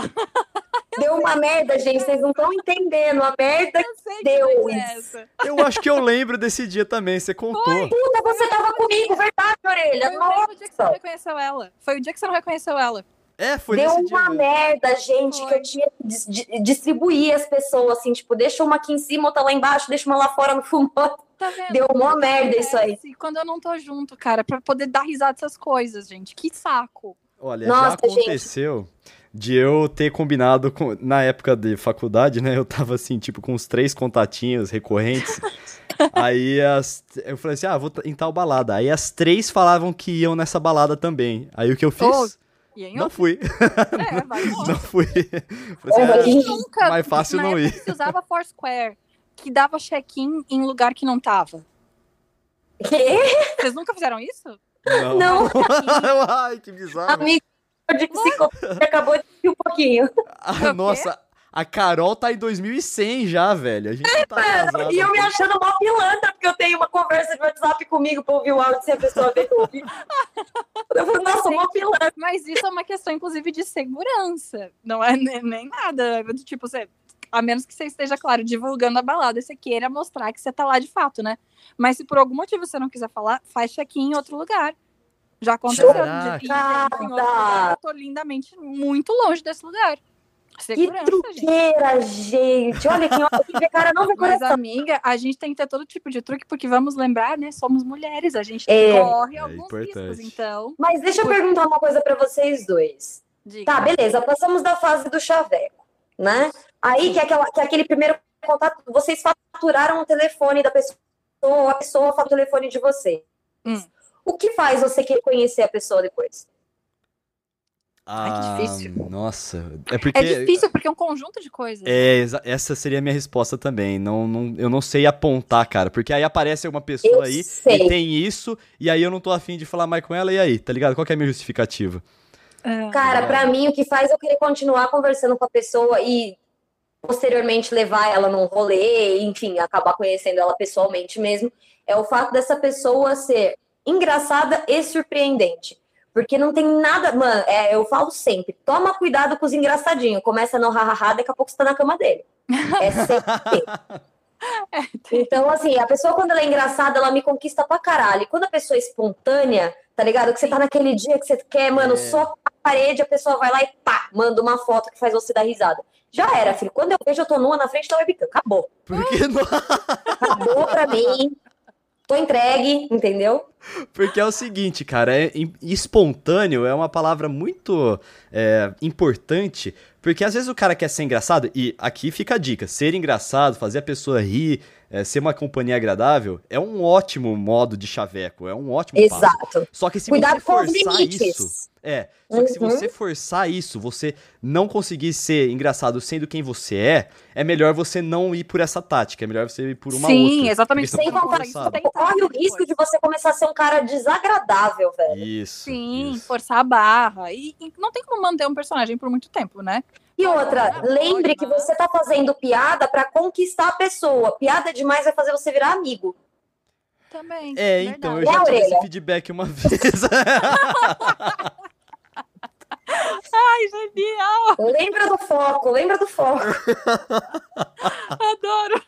deu uma merda, gente, vocês não estão entendendo. A merda
Eu sei que
Deus.
noite é essa.
Eu acho que eu lembro desse dia também, você contou.
puta, você tava comigo, verdade, orelha?
Foi o mesmo dia que você não
Nossa.
reconheceu ela. Foi o dia que você não reconheceu ela.
É, foi
Deu
nesse dia
uma
mesmo.
merda, gente,
Foi.
que eu tinha que dis- di- distribuir as pessoas, assim, tipo, deixa uma aqui em cima, outra lá embaixo, deixa uma lá fora no fumão.
Tá vendo?
Deu uma merda isso aí.
Acontece Quando eu não tô junto, cara, pra poder dar risada dessas coisas, gente. Que saco.
Olha,
Nossa,
já aconteceu de eu ter combinado com. Na época de faculdade, né? Eu tava assim, tipo, com uns três contatinhos recorrentes. Aí as, eu falei assim: ah, vou em tal balada. Aí as três falavam que iam nessa balada também. Aí o que eu fiz?
E aí,
Não fui.
é, vai embora.
Não fui.
Ô,
Falei assim,
Rodrigo.
Nunca.
mais fácil
na
não
época
ir.
que se usava Foursquare, que dava check-in em lugar que não tava.
Quê?
Vocês nunca fizeram isso?
Não.
Não,
Ai, que bizarro.
amigo de psicopata acabou de ir um pouquinho.
Ah,
quê?
nossa, a Carol tá em dois mil e cem já, velho. A gente não tá atrasado.
E eu me achando mó pilantra, porque eu tenho uma conversa de WhatsApp comigo pra ouvir o áudio se a pessoa ver que eu ouvi. Eu falei, nossa, mó pilantra.
Mas isso é uma questão, inclusive, de segurança. Não é nem, nem nada. É do tipo, você, a menos que você esteja, claro, divulgando a balada e você queira mostrar que você tá lá de fato, né? Mas se por algum motivo você não quiser falar, faz check-in em outro lugar. Já aconteceu.
Caraca.
De, de, em outro lugar, eu tô lindamente muito longe desse lugar.
Que
Segurança, gente.
truqueira, gente. Olha quem olha que vê cara não vê
Mas,
coração.
amiga, a gente tem que ter todo tipo de truque, porque vamos lembrar, né? Somos mulheres, a gente
É.
corre
É
alguns
importante.
riscos, então.
Mas deixa eu perguntar uma coisa pra vocês dois.
Diga.
Tá, beleza, passamos da fase do chaveco, né? Aí que é, aquela, que é aquele primeiro contato, vocês faturaram o telefone da pessoa, a pessoa fatura o telefone de vocês.
Hum.
O que faz você querer conhecer a pessoa depois?
Ai, que difícil.
Ah, nossa, é porque...
É difícil, porque é um conjunto de coisas.
É, exa- essa seria a minha resposta também. Não, não, eu não sei apontar, cara. Porque aí aparece uma pessoa
Eu
aí
sei.
e tem isso, e aí eu não tô afim de falar mais com ela, e aí, tá ligado? Qual que é a minha justificativa?
É.
Cara, pra mim, o que faz eu querer continuar conversando com a pessoa e posteriormente levar ela num rolê, enfim, acabar conhecendo ela pessoalmente mesmo, é o fato dessa pessoa ser engraçada e surpreendente. Porque não tem nada. Mano, é, eu falo sempre: toma cuidado com os engraçadinhos. Começa no hahaha, daqui a pouco você tá na cama dele. É sempre. Então, assim, a pessoa, quando ela é engraçada, ela me conquista pra caralho. E quando a pessoa é espontânea, tá ligado? Que você tá naquele dia que você quer, mano,
É.
só a parede, a pessoa vai lá e pá, manda uma foto que faz você dar risada. Já era, filho. Quando eu vejo, eu tô nua na frente da webcam. Acabou.
Porque, não...
Acabou pra mim. Tô entregue, entendeu?
Porque é o seguinte, cara, é, em- espontâneo é uma palavra muito é, importante, porque às vezes o cara quer ser engraçado, e aqui fica a dica, ser engraçado, fazer a pessoa rir, é, ser uma companhia agradável, é um ótimo modo de chaveco, é um ótimo passo.
Exato.
Só que se
Cuidado
você
com os
forçar
limites.
isso... É, só que se
Uhum.
você forçar isso, você não conseguir ser engraçado sendo quem você é, é melhor você não ir por essa tática, é melhor você ir por uma
Sim,
outra.
exatamente.
Porque
Sem
senão
contar
fica
que
forçado.
você corre o risco de você começar a ser um cara desagradável, velho.
Isso.
Sim,
isso.
forçar a barra. E, e não tem como manter um personagem por muito tempo, né?
E outra, lembre que você tá fazendo piada pra conquistar a pessoa. Piada demais vai fazer você virar amigo.
Também.
É, então, eu
É,
já tive esse
orelha.
feedback uma vez.
Ai, genial!
Lembra do foco, lembra do foco.
Adoro!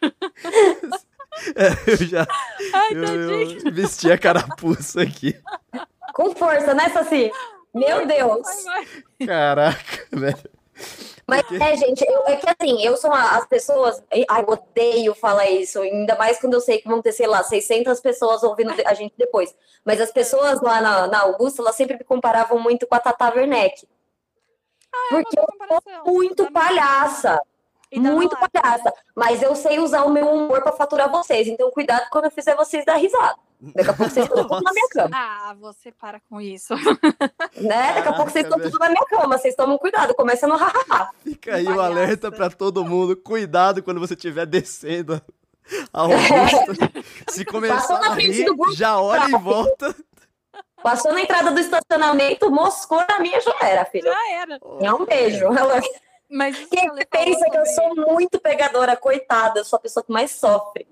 É, eu já
Ai,
eu,
tadinho.
eu vesti a carapuça aqui.
Com força, né, Saci? Meu Deus.
Vai, vai.
Caraca, velho.
Mas é, gente, eu- é que assim, eu sou uma, as pessoas. Ai, eu odeio falar isso, ainda mais quando eu sei que vão ter, sei lá, seiscentas pessoas ouvindo a gente depois. Mas as pessoas lá na, na Augusta, elas sempre me comparavam muito com a Tata Werneck. Porque eu
Comparação.
sou muito
Da-
palhaça.
e da
Muito
Malata,
palhaça.
né?
Mas eu sei usar o meu humor pra faturar vocês. Então, cuidado quando eu fizer vocês dar risada. Daqui a pouco vocês estão tudo na minha cama.
Ah, você para com isso.
Né? Daqui a pouco vocês estão
Caraca,
tudo na minha cama. Vocês tomam cuidado. Começa no hahaha.
Fica aí o
Palhaça.
alerta pra todo mundo. Cuidado quando você estiver descendo a Augusta. Se começar
Passou na
a
frente
rir,
do Google
já olha e volta.
Passou na entrada do estacionamento, moscou na minha, já era, filho.
Já era.
É um beijo.
Mas isso
Quem
que ela falou
pensa que eu
sobre-
sou muito pegadora, coitada, eu sou a pessoa que mais sofre.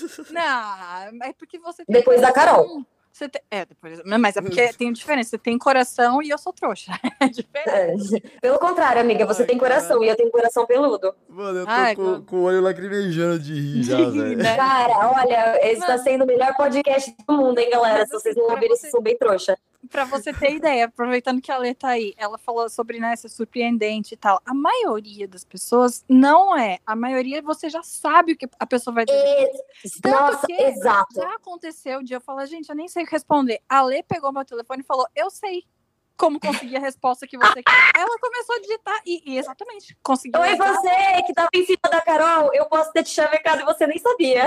Não, é porque você tem
Depois da
coração.
Carol.
Você tem... É, depois... Mas é porque tem diferença. Você tem coração e eu sou trouxa. É diferente.
É. Pelo contrário, amiga, você
Ai,
tem coração e eu tenho coração peludo.
Mano, eu tô
Ai,
com,
cara.
com o olho lacrimejando de rir já,
De rir,
velho.
né?
Cara, olha, esse tá
Mano.
sendo o melhor podcast do mundo, hein, galera?
Mas
Se
assim,
vocês não
pra
ouvirem,
você-
vocês são bem trouxa.
Pra você ter ideia, aproveitando que a Lê tá aí, ela falou sobre, né, ser surpreendente e tal. A maioria das pessoas não é. A maioria você já sabe o que a pessoa vai dizer.
E-
Tanto
Nossa,
que
exato.
já aconteceu o dia, eu falo, gente, eu nem sei o que responder. A Lê pegou meu telefone e falou, eu sei como conseguir a resposta que você quer. Ela começou a digitar e, e exatamente, conseguiu.
Oi, você que tava em cima da Carol, eu posso ter te chavecado e você nem sabia.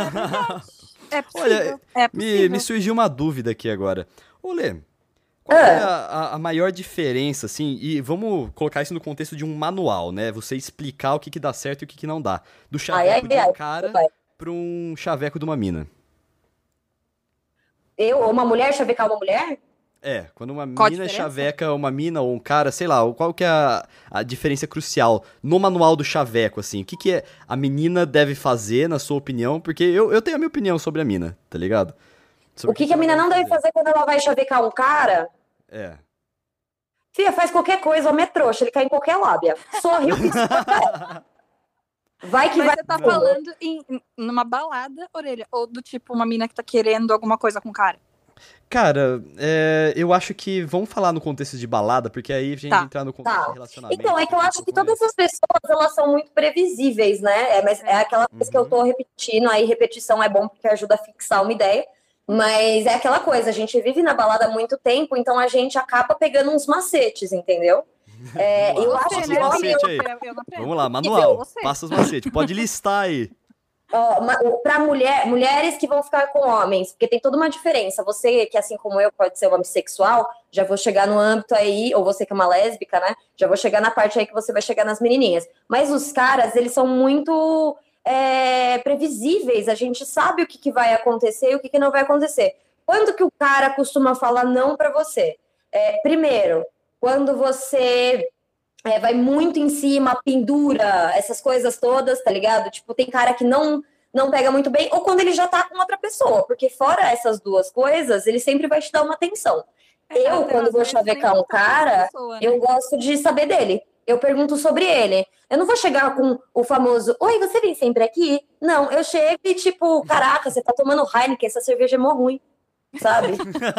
É possível,
Olha,
é
Me,
possível.
me surgiu uma dúvida aqui agora. Ô, Lê, qual é
Ah.
a, a- a maior diferença, assim, e vamos colocar isso no contexto de um manual, né? Você explicar o que, que dá certo e o que, que não dá. Do
Ai,
chaveco
ai,
de um
ai,
cara
vai.
pra um chaveco de uma mina.
Eu, ou uma mulher chavecar uma mulher?
É, quando uma
Qual a
mina
diferença?
chaveca uma mina ou um cara, sei lá, qual que é a, a diferença crucial no manual do chaveco, assim? O que, que é a menina deve fazer, na sua opinião? Porque eu, eu tenho a minha opinião sobre a mina, tá ligado? Sobre
O que, que a
ela
mina não deve
fazer.
fazer quando ela vai chavecar um cara?
É.
Fia, faz qualquer coisa, homem é trouxa, ele cai em qualquer lábia. Sorriu que vai que
Mas
vai.
você tá
Não.
falando em, em- numa balada, orelha, ou do tipo uma mina que tá querendo alguma coisa com o cara.
Cara, é, eu acho que vamos falar no contexto de balada, porque aí a gente
Tá.
entrar no contexto
Tá.
de relacionamento.
Então, é que eu acho que todas
isso.
as pessoas, elas são muito previsíveis, né? É, mas é aquela coisa que eu tô repetindo, aí repetição é bom porque ajuda a fixar uma ideia. Mas é aquela coisa, a gente vive na balada há muito tempo, então a gente acaba pegando uns macetes, entendeu? É,
Vamos
eu
lá,
acho
passa
que
os
homem,
macetes aí.
Eu, eu não aprendo.
Vamos lá, manual.
Você.
Passa os macetes. Pode listar aí.
ó, ma- pra mulher, mulheres que vão ficar com homens, porque tem toda uma diferença. Você, que assim como eu, pode ser um bissexual, já vou chegar no âmbito aí, ou você que é uma lésbica, né? Já vou chegar na parte aí que você vai chegar nas menininhas. Mas os caras, eles são muito é, previsíveis. A gente sabe o que, que vai acontecer e o que, que não vai acontecer. Quando que o cara costuma falar não pra você? É, primeiro, quando você é, vai muito em cima, pendura, essas coisas todas, tá ligado? Tipo, tem cara que não, não pega muito bem, ou quando ele já tá com outra pessoa, porque fora essas duas coisas, ele sempre vai te dar uma atenção. Eu,
Até
quando
às
vou
vezes
chavecar
nem
um
tá com essa
cara,
pessoa, né?
eu gosto de saber dele. Eu pergunto sobre ele. Eu não vou chegar com o famoso, oi, você vem sempre aqui? Não, eu chego e tipo, caraca, você tá tomando Heineken, essa cerveja é mó ruim, sabe?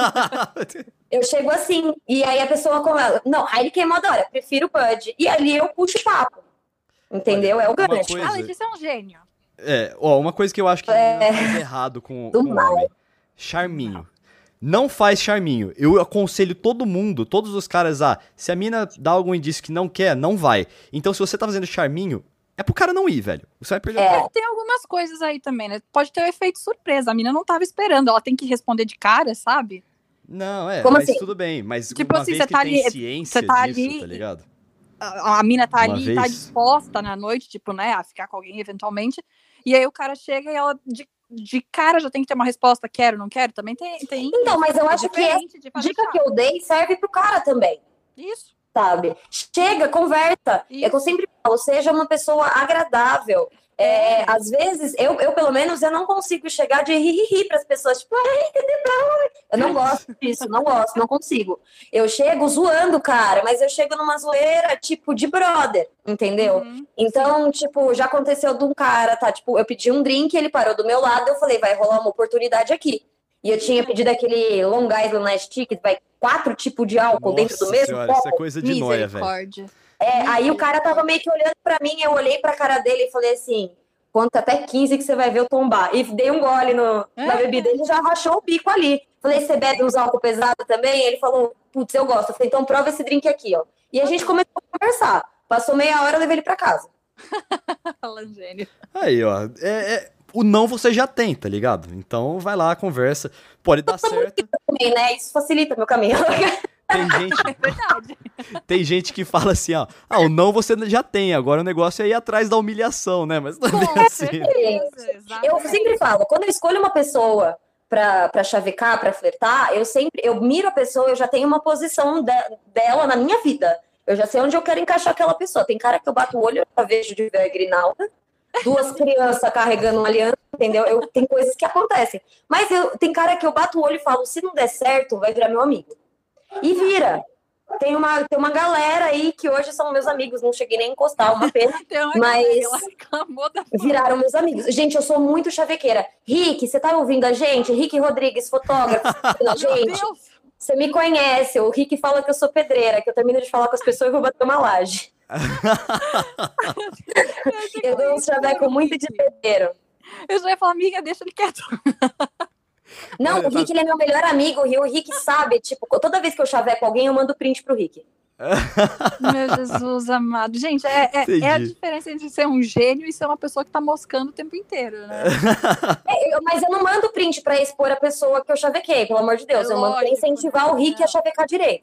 Eu chego assim, e aí a pessoa com ela, não, Heineken é mó da hora, prefiro Bud. E ali eu puxo o papo, entendeu?
Olha,
é o
uma
gancho.
coisa-
Ah, Letícia é um gênio.
É, ó, uma coisa que eu acho que
É.
menina faz errado com,
Do
com
mal.
homem. Charminho. Não faz charminho. Eu aconselho todo mundo, todos os caras, ah, se a mina dá algum indício que não quer, não vai. Então, se você tá fazendo charminho, é pro cara não ir, velho. Você vai perder o
É.
tempo.
Tem algumas coisas aí também, né? Pode ter o efeito surpresa. A mina não tava esperando, ela tem que responder de cara, sabe?
Não, é,
Como
mas
assim?
tudo bem. Mas
Tipo
uma
assim,
vez
você
que
tá
tem
ali-
ciência
você tá
disso,
ali-
tá ligado?
A, a mina tá
Uma
ali, tá
vez.
disposta na noite, tipo, né, a ficar com alguém eventualmente. E aí o cara chega e ela de, de cara já tem que ter uma resposta, quero, não quero. Também tem. tem
Então, mas eu
é
acho que essa
diferente de fazer
dica
chá.
que eu dei serve pro cara também.
Isso.
sabe? Chega, conversa.
Isso.
É que eu sempre falo, seja uma pessoa agradável. É, às vezes, eu, eu, pelo menos, eu não consigo chegar de ri-ri-ri para as pessoas, tipo, ai, entendeu? Eu não gosto disso, não gosto, não consigo. Eu chego zoando, cara, mas eu chego numa zoeira, tipo, de brother, entendeu?
Uhum,
Então, sim. tipo, já aconteceu de um cara, tá? Tipo, eu pedi um drink, ele parou do meu lado, eu falei, vai rolar uma oportunidade aqui. E eu tinha pedido aquele Long Island Iced Tea, que vai quatro tipos de álcool
Nossa
dentro do mesmo
senhora,
copo.
isso é coisa de noia, velho.
Misericórdia.
É, aí o cara tava meio que olhando pra mim, eu olhei pra cara dele e falei assim, conta até quinze que você vai ver eu tombar. E dei um gole no, na bebida, ele já rachou o bico ali. Falei, você bebe uns álcool pesado também? Ele falou, putz, eu gosto. Eu falei, então prova esse drink aqui, ó. E a gente começou a conversar. Passou meia hora, eu levei ele pra casa.
Fala, gênio.
Aí, ó, é, é, o não você já tem, tá ligado? Então vai lá, conversa, pode dar certo.
Também, né? Isso facilita meu caminho.
Tem gente,
É verdade.
tem gente que fala assim, ó, ah, o não você já tem, agora o negócio é ir atrás da humilhação, né? Mas não é bem assim.
certeza,
Eu sempre falo, quando eu escolho uma pessoa pra, pra chavecar, pra flertar, eu sempre, eu miro a pessoa, eu já tenho uma posição de, dela na minha vida. Eu já sei onde eu quero encaixar aquela pessoa. Tem cara que eu bato o olho, eu já vejo de ver a Grinalda, duas crianças carregando uma aliança, entendeu? Eu, tem coisas que acontecem. Mas eu, tem cara que eu bato o olho e falo, se não der certo, vai virar meu amigo. E vira. Tem uma, tem uma galera aí que hoje são meus amigos, não cheguei nem a encostar, uma pena,
uma
mas
da
viraram meus amigos. Gente, eu sou muito chavequeira. Rick, você tá ouvindo a gente? Rick Rodrigues, fotógrafo, a gente. Você me conhece, o Rick fala que eu sou pedreira, que eu termino de falar com as pessoas e vou bater uma laje. Eu dou um chaveco muito de pedreiro.
Eu já ia falar, amiga, deixa ele quieto.
Não,
Olha,
o Rick
tá...
ele é meu melhor amigo e o Rick sabe, tipo, toda vez que eu chaveco alguém, eu mando print pro Rick.
Meu Jesus amado. Gente, é, é, é a diferença entre ser um gênio e ser uma pessoa que tá moscando o tempo inteiro, né?
É, eu, mas eu não mando print pra expor a pessoa que eu chavequei, pelo amor de Deus.
É
eu mando pra incentivar
né?
o Rick a chavecar direito.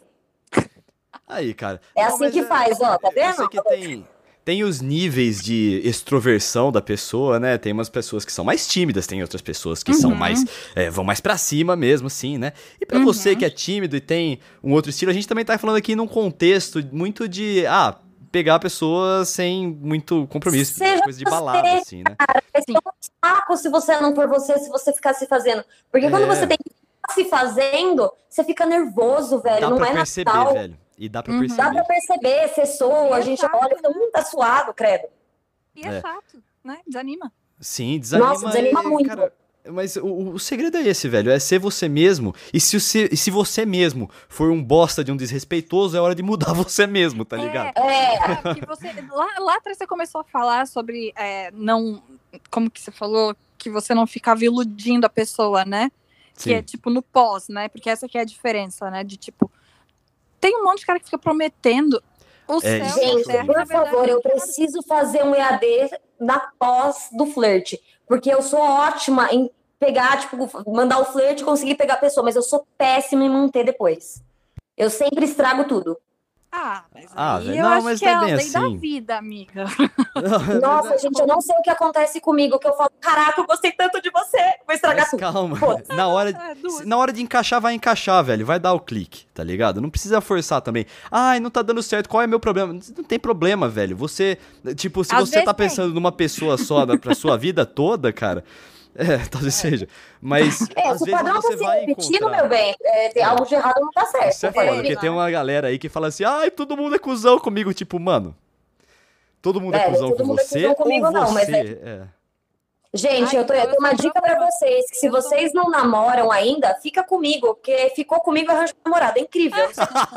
Aí, cara.
É
não,
assim que
é,
faz, ó, tá vendo?
Eu sei que tem... Tem os níveis de extroversão da pessoa, né? Tem umas pessoas que são mais tímidas, tem outras pessoas que uhum. são mais... É, vão mais pra cima mesmo, assim, né? E pra uhum. você que é tímido e tem um outro estilo, a gente também tá falando aqui num contexto muito de... Ah, pegar a pessoa sem muito compromisso,
Seja
coisa de balada,
você,
assim, né?
Cara, vai ser um saco se você não for você, se você ficar se fazendo. Porque é. quando você tem que ficar se fazendo, você fica nervoso, velho.
Dá
não
pra
é
perceber,
natural.
velho. E dá pra
uhum.
perceber.
Dá pra perceber, você soa, a gente
chato,
olha,
né?
todo mundo tá suado, credo.
E é, é chato, né? Desanima.
Sim, desanima.
Nossa, desanima
é,
muito.
Cara, mas o, o segredo é esse, velho, é ser você mesmo. E se, você, e se você mesmo for um bosta de um desrespeitoso, é hora de mudar você mesmo, tá ligado?
É,
é que você, lá, lá atrás você começou a falar sobre é, não... Como que você falou? Que você não ficava iludindo a pessoa, né?
Sim.
Que é tipo no pós, né? Porque essa que é a diferença, né? De tipo... Tem um monte de cara que fica prometendo o
É,
céu.
gente,
terra,
por
verdade,
favor, eu
nada.
preciso fazer um E A D na pós do flerte. Porque eu sou ótima em pegar, tipo, mandar o flerte e conseguir pegar a pessoa, mas eu sou péssima em manter depois. Eu sempre estrago tudo.
Ah, mas
Ah,
aí
velho,
eu
não,
acho
mas
que
não
é
é
a
bem
lei da
assim.
vida, amiga.
Nossa, gente, eu não sei o que acontece comigo, que eu falo, caraca, eu gostei tanto de você, vou estragar
Mas
tudo.
calma,
Pô.
na hora,
É, duas.
na hora de encaixar, vai encaixar, velho, vai dar o clique, tá ligado? Não precisa forçar também. Ai, não tá dando certo, qual é meu problema? Não tem problema, velho, você, tipo, se
Às
você
vezes
tá
tem.
pensando numa pessoa só da, pra sua vida toda, cara, é, talvez seja, mas
É,
às
se o
vezes
padrão tá
você
se
vai
repetindo,
encontrar...
meu bem, é, tem
É.
algo de errado não tá certo.
Isso é
eu falei.
foda, porque tem uma galera aí que fala assim, ai, todo mundo é cuzão comigo, tipo, mano, todo mundo é,
É,
cuzão
todo
com
mundo é
você
cuzão comigo,
ou
não,
você...
mas é-
é.
Gente,
Ai,
eu, tô,
então
eu tenho
eu
uma
sou
dica pra
problema.
vocês, que se
Eu tô-
vocês não namoram ainda, fica comigo, porque ficou comigo e arranja um namorado, é incrível.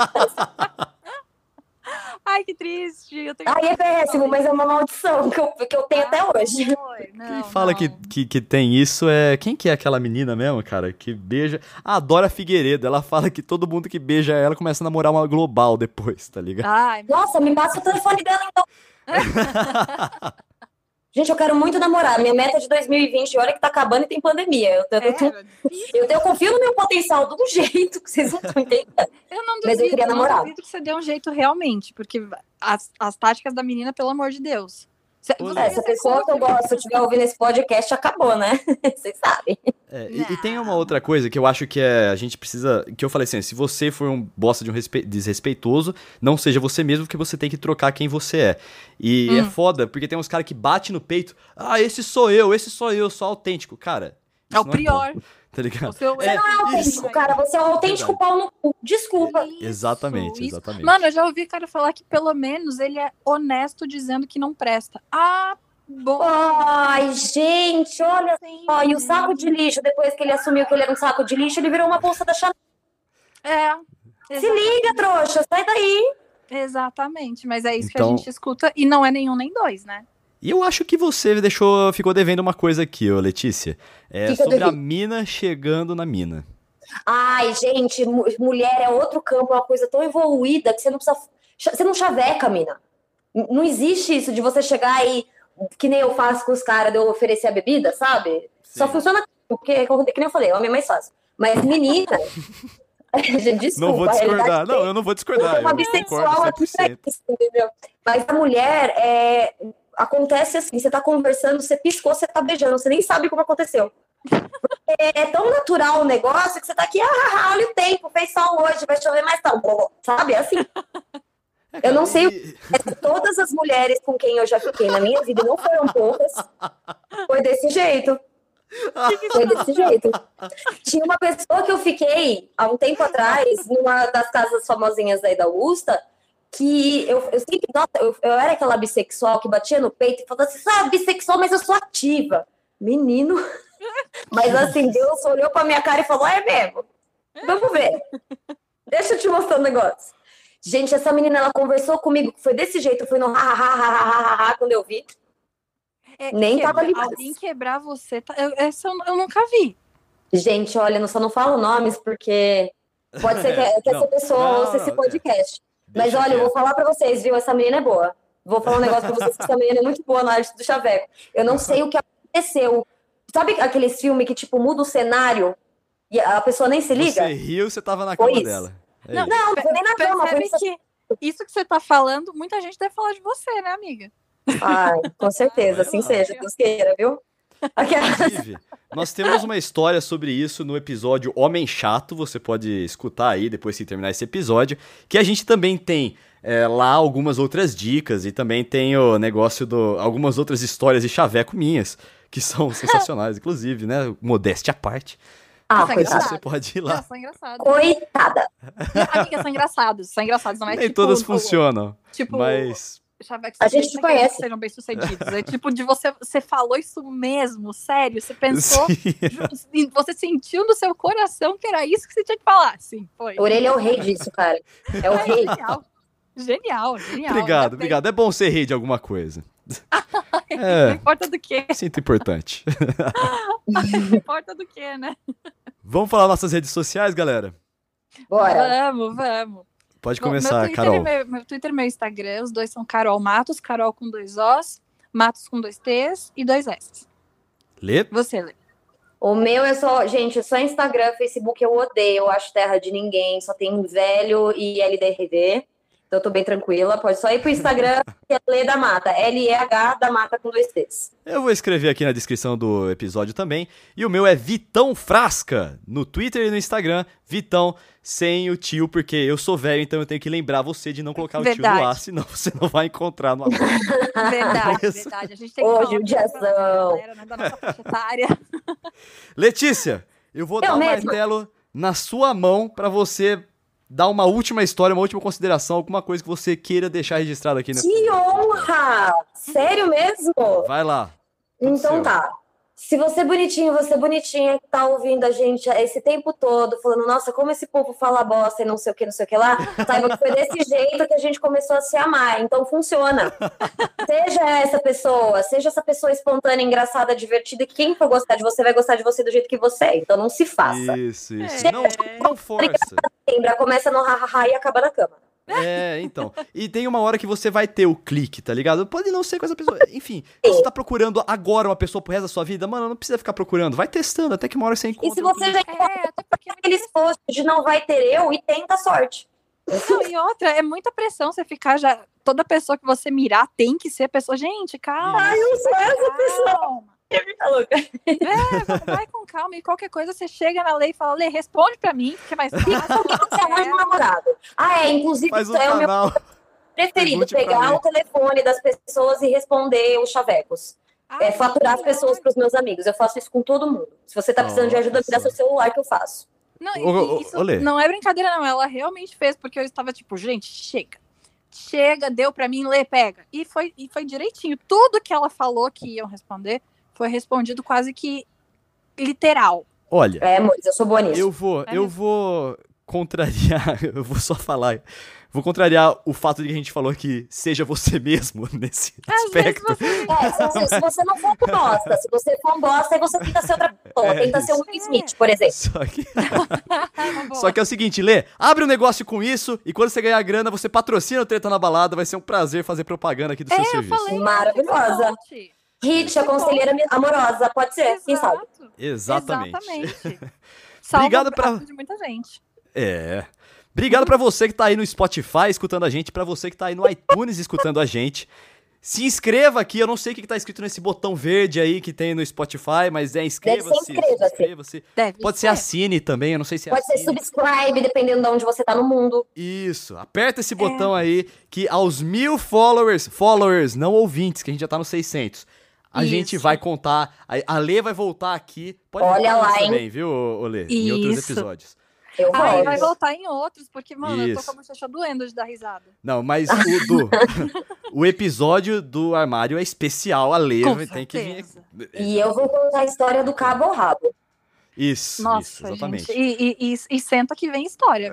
Ai, que triste. Eu tenho...
Aí é péssimo, mas é uma maldição que eu, que eu tenho até hoje.
Foi, não,
Quem fala
não.
que, que, que tem isso é... Quem que é aquela menina mesmo, cara? Que beija... Ah, Dora Figueiredo. Ela fala que todo mundo que beija ela começa a namorar uma global depois, tá ligado?
Ai,
Nossa, me passa o telefone dela, então. Gente, eu quero muito namorar. Minha meta é de dois mil e vinte, olha que tá acabando e tem pandemia. Eu, eu, eu, tenho-
é, difícil.
eu, tenho- eu confio no meu potencial de um jeito que vocês não estão entendendo.
Eu não duvido,
Mas eu queria
não
namorar.
duvido que você dê um jeito realmente, porque as, as táticas da menina, pelo amor de Deus. Cê-
Ô,
você
É,
ia
essa
ser
pessoa que eu
contra.
gosto estiver ouvindo esse podcast, acabou, né? Vocês sabem.
É, e, e tem uma outra coisa que eu acho que é, a gente precisa, que eu falei assim, se você for um bosta de um respe- desrespeitoso, não seja você mesmo, porque você tem que trocar quem você é. E
Hum.
é foda, porque tem uns caras que batem no peito, ah, esse sou eu, esse sou eu, sou autêntico. Cara,
É o
isso não bom,
prior.
tá ligado?
O seu
Você não é autêntico,
isso.
cara. Você é um autêntico
Verdade.
pau no cu. Desculpa.
Isso,
Exatamente,
isso.
exatamente.
Mano, eu já ouvi cara falar que pelo menos ele é honesto dizendo que não presta. Ah, bom.
Ai, gente, olha
Sim.
só. E o saco de lixo, depois que ele assumiu que ele era um saco de lixo, ele virou uma bolsa da Chanel.
É.
Se
exa-
liga, trouxa. Sai daí.
Exatamente, mas é isso que
Então-
a gente escuta e não é nenhum nem dois, né?
E eu acho que você deixou, ficou devendo uma coisa aqui, ô Letícia. É
Que que eu
sobre a
devi?
mina chegando na mina.
Ai, gente, mu- mulher é outro campo, é uma coisa tão evoluída que você não precisa. Você não chaveca, mina. N- Não existe isso de você chegar e, que nem eu faço com os caras, de eu oferecer a bebida, sabe? Só
Sim.
funciona porque, que nem eu falei, homem é mais fácil. Mas menina. Gente, desculpa,
Não vou
a realidade
discordar, não, eu não vou
Eu
discordar.
sou uma
eu
bissexual
concordo
aqui
cem
pra
por cento.
isso, entendeu? Mas a mulher, é, acontece assim, você tá conversando, você piscou, você tá beijando, você nem sabe como aconteceu. Porque é tão natural o negócio que você tá aqui, ah, ah, ah, olha o tempo, fez sol hoje, vai chover mais tal, sabe? É assim.
É,
Eu não sei o
e-
É, todas as mulheres com quem eu já fiquei na minha vida, e não foram poucas, foi desse jeito. Foi desse jeito. Tinha uma pessoa que eu fiquei há um tempo atrás, numa das casas famosinhas aí da Augusta, que eu, eu sempre, nossa, eu, eu era aquela bissexual que batia no peito e falava assim, ah, bissexual, mas eu sou ativa. Menino. Mas assim, Deus olhou pra minha cara e falou, é mesmo? Vamos ver. Deixa eu te mostrar um negócio. Gente, essa menina, ela conversou comigo, que foi desse jeito, foi no ha, ha, ha, ha, ha, ha, quando eu vi.
É,
Nem
quebra-
tava ali mais.
Alguém quebrar você, tá- eu, essa eu, eu nunca vi.
Gente, olha, eu só não falo nomes, porque pode ser que, que
Não,
essa pessoa
não,
ouça esse
não, é.
podcast. Mas
Deixa
olha, eu vou
quieto.
falar pra vocês, viu? Essa menina é boa. Vou falar um negócio pra vocês, que essa menina é muito boa na arte do chaveco. Eu não sei o que aconteceu. Sabe aqueles filmes que, tipo, muda o cenário e a pessoa nem se liga?
Você riu, você tava na
Foi
cama
isso.
dela. É
Não,
isso.
Não, não foi nem na cama. Foi
Percebe
isso.
que isso que você tá falando, muita gente deve falar de você, né, amiga?
Ai, com certeza,
Vai
assim
lá.
seja, Deus queira, viu? Aquela-
Inclusive, nós temos uma história sobre isso no episódio Homem Chato, você pode escutar aí depois que terminar esse episódio, que a gente também tem é, lá algumas outras dicas e também tem o negócio do algumas outras histórias de chaveco minhas, que são sensacionais, inclusive, né, modéstia à parte.
Ah,
Nossa,
coitada.
engraçado.
Você pode ir
Elas
lá.
são engraçadas.
Coitada.
Amigas são engraçados, são engraçados, não é
Nem
tipo...
todas
o-
funcionam,
Tipo,
mas
Chaveco,
A
só
gente
pensa
te
que eles
conhece.
sejam bem-sucedidos. É tipo de você, você falou isso mesmo, sério, você pensou,
Sim.
ju- você sentiu no seu coração que era isso que você tinha que falar. Sim, foi.
A orelha é o rei disso, cara. É o
É
rei.
genial. Genial, genial.
Obrigado,
Ainda
obrigado. É bom ser rei de alguma coisa.
bem- Não
É,
importa do que,
sinto importante.
não importa do que, né?
Vamos falar nossas redes sociais, galera?
Bora.
Vamos, vamos.
Pode
Bom,
começar,
meu Twitter
Carol.
E meu, meu Twitter e meu Instagram, os dois são Carol Matos, Carol com dois Os, Matos com dois T's e dois S.
Lê?
Você, Lê.
O meu é só, gente, só Instagram, Facebook eu odeio, eu acho terra de ninguém, só tem velho e L D R V. Então eu tô bem tranquila, pode só ir pro Instagram, que é Lê da Mata, L E H da Mata com dois T's.
Eu vou escrever aqui na descrição do episódio também. E o meu é Vitão Frasca, no Twitter e no Instagram. Vitão, sem o tio, porque eu sou velho, então eu tenho que lembrar você de não colocar o tio
Verdade.
no ar, senão você não vai encontrar no ar.
Verdade,
Isso.
verdade. A gente tem que
Ô,
falar
judiação.
pra galera, né, da nossa faixa etária.
Letícia, eu vou
Eu
dar o
mesma.
martelo na sua mão pra você dar uma última história, uma última consideração, alguma coisa que você queira deixar registrado aqui. Nessa...
Que honra! Sério mesmo?
Vai lá. Tudo
Então
seu.
tá. Se você bonitinho, você bonitinha que tá ouvindo a gente esse tempo todo, falando, nossa, como esse povo fala bosta e não sei o que, não sei o que lá, saiba que foi desse jeito que a gente começou a se amar. Então funciona. Seja essa pessoa, seja essa pessoa espontânea, engraçada, divertida, que quem for gostar de você vai gostar de você do jeito que você é. Então não se faça.
Isso, isso.
É.
Não, não força.
Lembra, começa no ha-ha-ha e acaba na cama.
É, então. E tem uma hora que você vai ter o clique, tá ligado? Pode não ser com essa pessoa. Enfim, você tá procurando agora uma pessoa pro resto da sua vida, mano, não precisa ficar procurando. Vai testando até que uma hora você encontra.
E se
o
você
clique.
já
É, até porque vai
aqueles posts de não vai ter eu e tenta a sorte.
Não, e outra, é muita pressão você ficar já. Toda pessoa que você mirar tem que ser a pessoa. Gente, calma.
Ai, eu sou essa pessoa.
Calma.
Tá louca.
É, vai com calma. E qualquer coisa você chega na lei e fala, Lê, responde pra mim, que é mais fácil.
Você arranja um namorado. Ah, é, inclusive,
Faz um
isso é o meu
canal.
preferido,
Pergunte pra
pegar
mim.
o telefone das pessoas e responder os chavecos.
Ah,
É, faturar as pessoas pros meus amigos. Eu faço isso com todo mundo. Se você tá precisando de ajuda, me dá
Nossa.
seu celular que eu faço.
Não, e-
Ô, ô,
e isso
ô, Lê.
não é brincadeira, não. Ela realmente fez, porque eu estava tipo, gente, chega. Chega, deu pra mim, Lê, pega. E foi, e foi direitinho. Tudo que ela falou que iam responder foi respondido quase que literal.
Olha,
É, amores, eu sou boa nisso.
eu vou,
É
eu
mesmo.
vou contrariar, eu vou só falar, vou contrariar o fato de que a gente falou que seja você mesmo nesse
Às vezes
aspecto.
você...
É, se, você- se você não for um bosta, se você for um bosta, aí você tenta ser outra pessoa.
É
tenta ser
isso.
um Will Smith, por exemplo.
Só que,
Uma boa.
só que é o seguinte, Lê, abre um negócio com isso e quando você ganhar a grana, você patrocina o Treta na Balada, vai ser um prazer fazer propaganda aqui do seu
É, eu
serviço.
falei,
Maravilhosa.
gente,
Hit, a conselheira amorosa, pode ser, quem sabe?
exato.
Exatamente.
Exatamente. Salva
Obrigado
a
pra-
vida de muita gente.
É. Obrigado pra você que tá aí no Spotify escutando a gente, pra você que tá aí no iTunes escutando a gente. Se inscreva aqui, eu não sei o que que tá escrito nesse botão verde aí que tem no Spotify, mas é inscreva-se.
inscreva-se.
inscreva-se.
Deve
Pode ser assine também, eu não sei se é
Pode ser
assine.
subscribe, dependendo de onde você tá no mundo.
Isso, aperta esse botão aí que aos mil followers, followers, não ouvintes, que a gente já tá nos seiscentos, a
Isso.
gente vai contar, a, a Lê vai voltar aqui, pode
Olha
voltar
lá,
nisso
hein?
também, viu, ô Lê, em outros
Isso.
episódios.
Eu
Ai,
volto.
vai voltar em outros, porque, mano, eu tô
Isso.
com a bochecha doendo de dar risada.
Não, mas o, do, o episódio do armário é especial, a Lê
Com
vai- tem que vir
certeza.
aqui.
E eu vou contar a história do cabo ao rabo.
Isso,
Nossa,
isso, exatamente.
gente. E, e, e, e senta que vem história.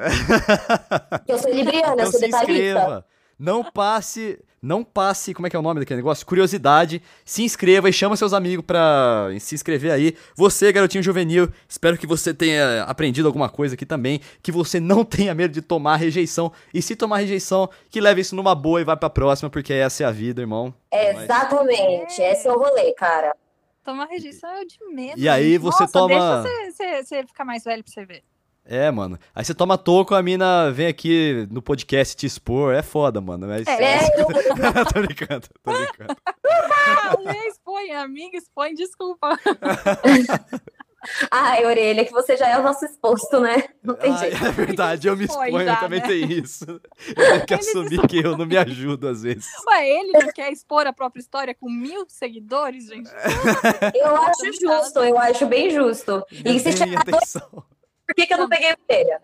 Que eu sou libriana, eu
Então
sou
se
detalhista.
inscreva. Não passe, não passe, como é que é o nome daquele negócio? Curiosidade. Se inscreva e chama seus amigos pra se inscrever aí. Você, garotinho juvenil, espero que você tenha aprendido alguma coisa aqui também, que você não tenha medo de tomar rejeição. E se tomar rejeição, que leve isso numa boa e vai pra próxima, porque essa é a vida, irmão. Mas-
Exatamente,
É.
esse é o rolê, cara.
Tomar rejeição é de medo.
E aí
gente.
você
Nossa,
toma-
Deixa você, você, você ficar mais velho pra você ver.
É, mano. Aí você toma toco, a mina vem aqui no podcast te expor. É foda, mano. Mas...
É, eu-
tô brincando, tô brincando.
Ah, Lê, expõe, amiga, expõe, desculpa.
Ai, orelha, que você já é o nosso exposto, né? Não tem
Ai,
jeito.
é verdade, eu me
Foi
exponho,
já,
também
né?
tem isso. Eu tenho que
Ele se
assumir que eu não me ajudo às vezes.
Ué, ele não quer expor a própria história com mil seguidores, gente?
Eu acho justo, eu acho bem justo. E se
Bem
chegar a dois,
atenção.
por que, que eu não peguei orelha?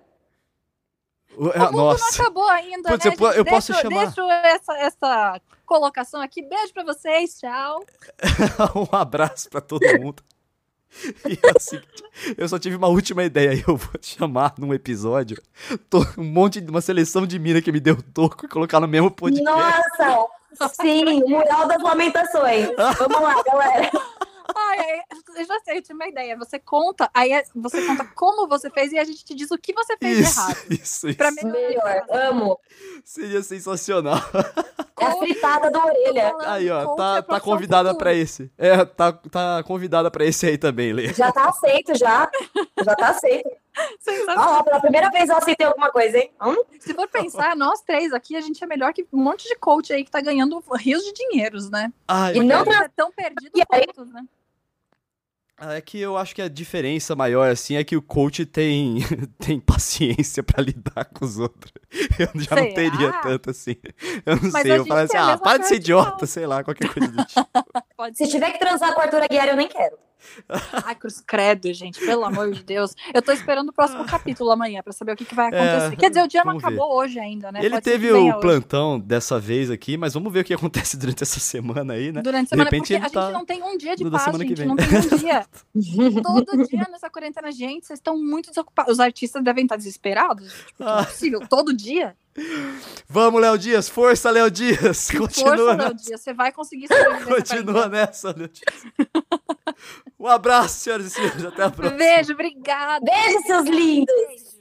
O-
O mundo não
Nossa,
acabou ainda,
Putz,
né,
eu po-
gente?
eu posso
deixo,
chamar-
Deixo essa, essa colocação aqui. Beijo pra vocês, tchau.
um abraço pra todo mundo. E é o seguinte, eu só tive uma última ideia. Eu vou te chamar num episódio to- um monte de uma seleção de mina que me deu toco e colocar no mesmo podcast.
Nossa! Sim, o mural das lamentações. Vamos lá, galera.
Ai, ai, eu já sei, eu tive uma ideia. Você conta, aí é- você conta como você fez e a gente te diz o que você fez de
Isso,
errado.
isso, isso.
Pra melhorar.
Melhor, amo.
Seria sensacional.
É a fritada da orelha.
Aí, ó,
Coach é
tá,
a
tá
profissão
convidada
futuro.
pra esse. É, tá, tá convidada pra esse aí também, Lê.
Já tá aceito, já. Já tá aceito.
Sensacional.
Ó, pela primeira vez eu aceitei alguma coisa, hein? Hum?
Se for pensar, nós três aqui, a gente é melhor que um monte de coach aí que tá ganhando rios de dinheiros, né?
Ai,
E não
cara.
É tão perdido
E aí?
quanto, né?
Ah, é que eu acho que a diferença maior, assim, é que o coach tem, tem paciência pra lidar com os outros. Eu já não
Será?
teria tanto assim. Eu não
Mas
sei,
a
eu
gente
falo assim,
tem a
ah,
mesma
para de ser
cara de
idiota,
pau.
sei lá, qualquer coisa do tipo.
Pode
Se
ser.
tiver que transar com o Arthur Aguiar, eu nem quero.
Ai, cruz credo, gente, pelo amor de Deus. Eu tô esperando o próximo capítulo amanhã pra saber o que, que vai acontecer.
É,
Quer dizer, o dia não
vamos ver.
acabou hoje ainda, né?
Ele
Pode ser
teve
que venha
o
hoje.
plantão dessa vez aqui, mas vamos ver o que acontece durante essa semana aí, né?
Durante a
De
semana,
repente
porque
ele
a
tá
gente não tem um dia de
no da
paz,
semana que
gente.
vem.
Não tem um dia. Todo dia nessa quarentena, gente, vocês estão muito desocupados. Os artistas devem estar desesperados, gente, porque não é possível. Todo dia.
Vamos, Léo Dias, força, Léo Dias, continua,
Força,
né?
Léo Dias, você vai conseguir sobreviver. essa
Continua nessa, Léo Dias. Um abraço, senhoras e senhores, até a próxima.
quarentena. Beijo, obrigada.
Beijo, seus lindos!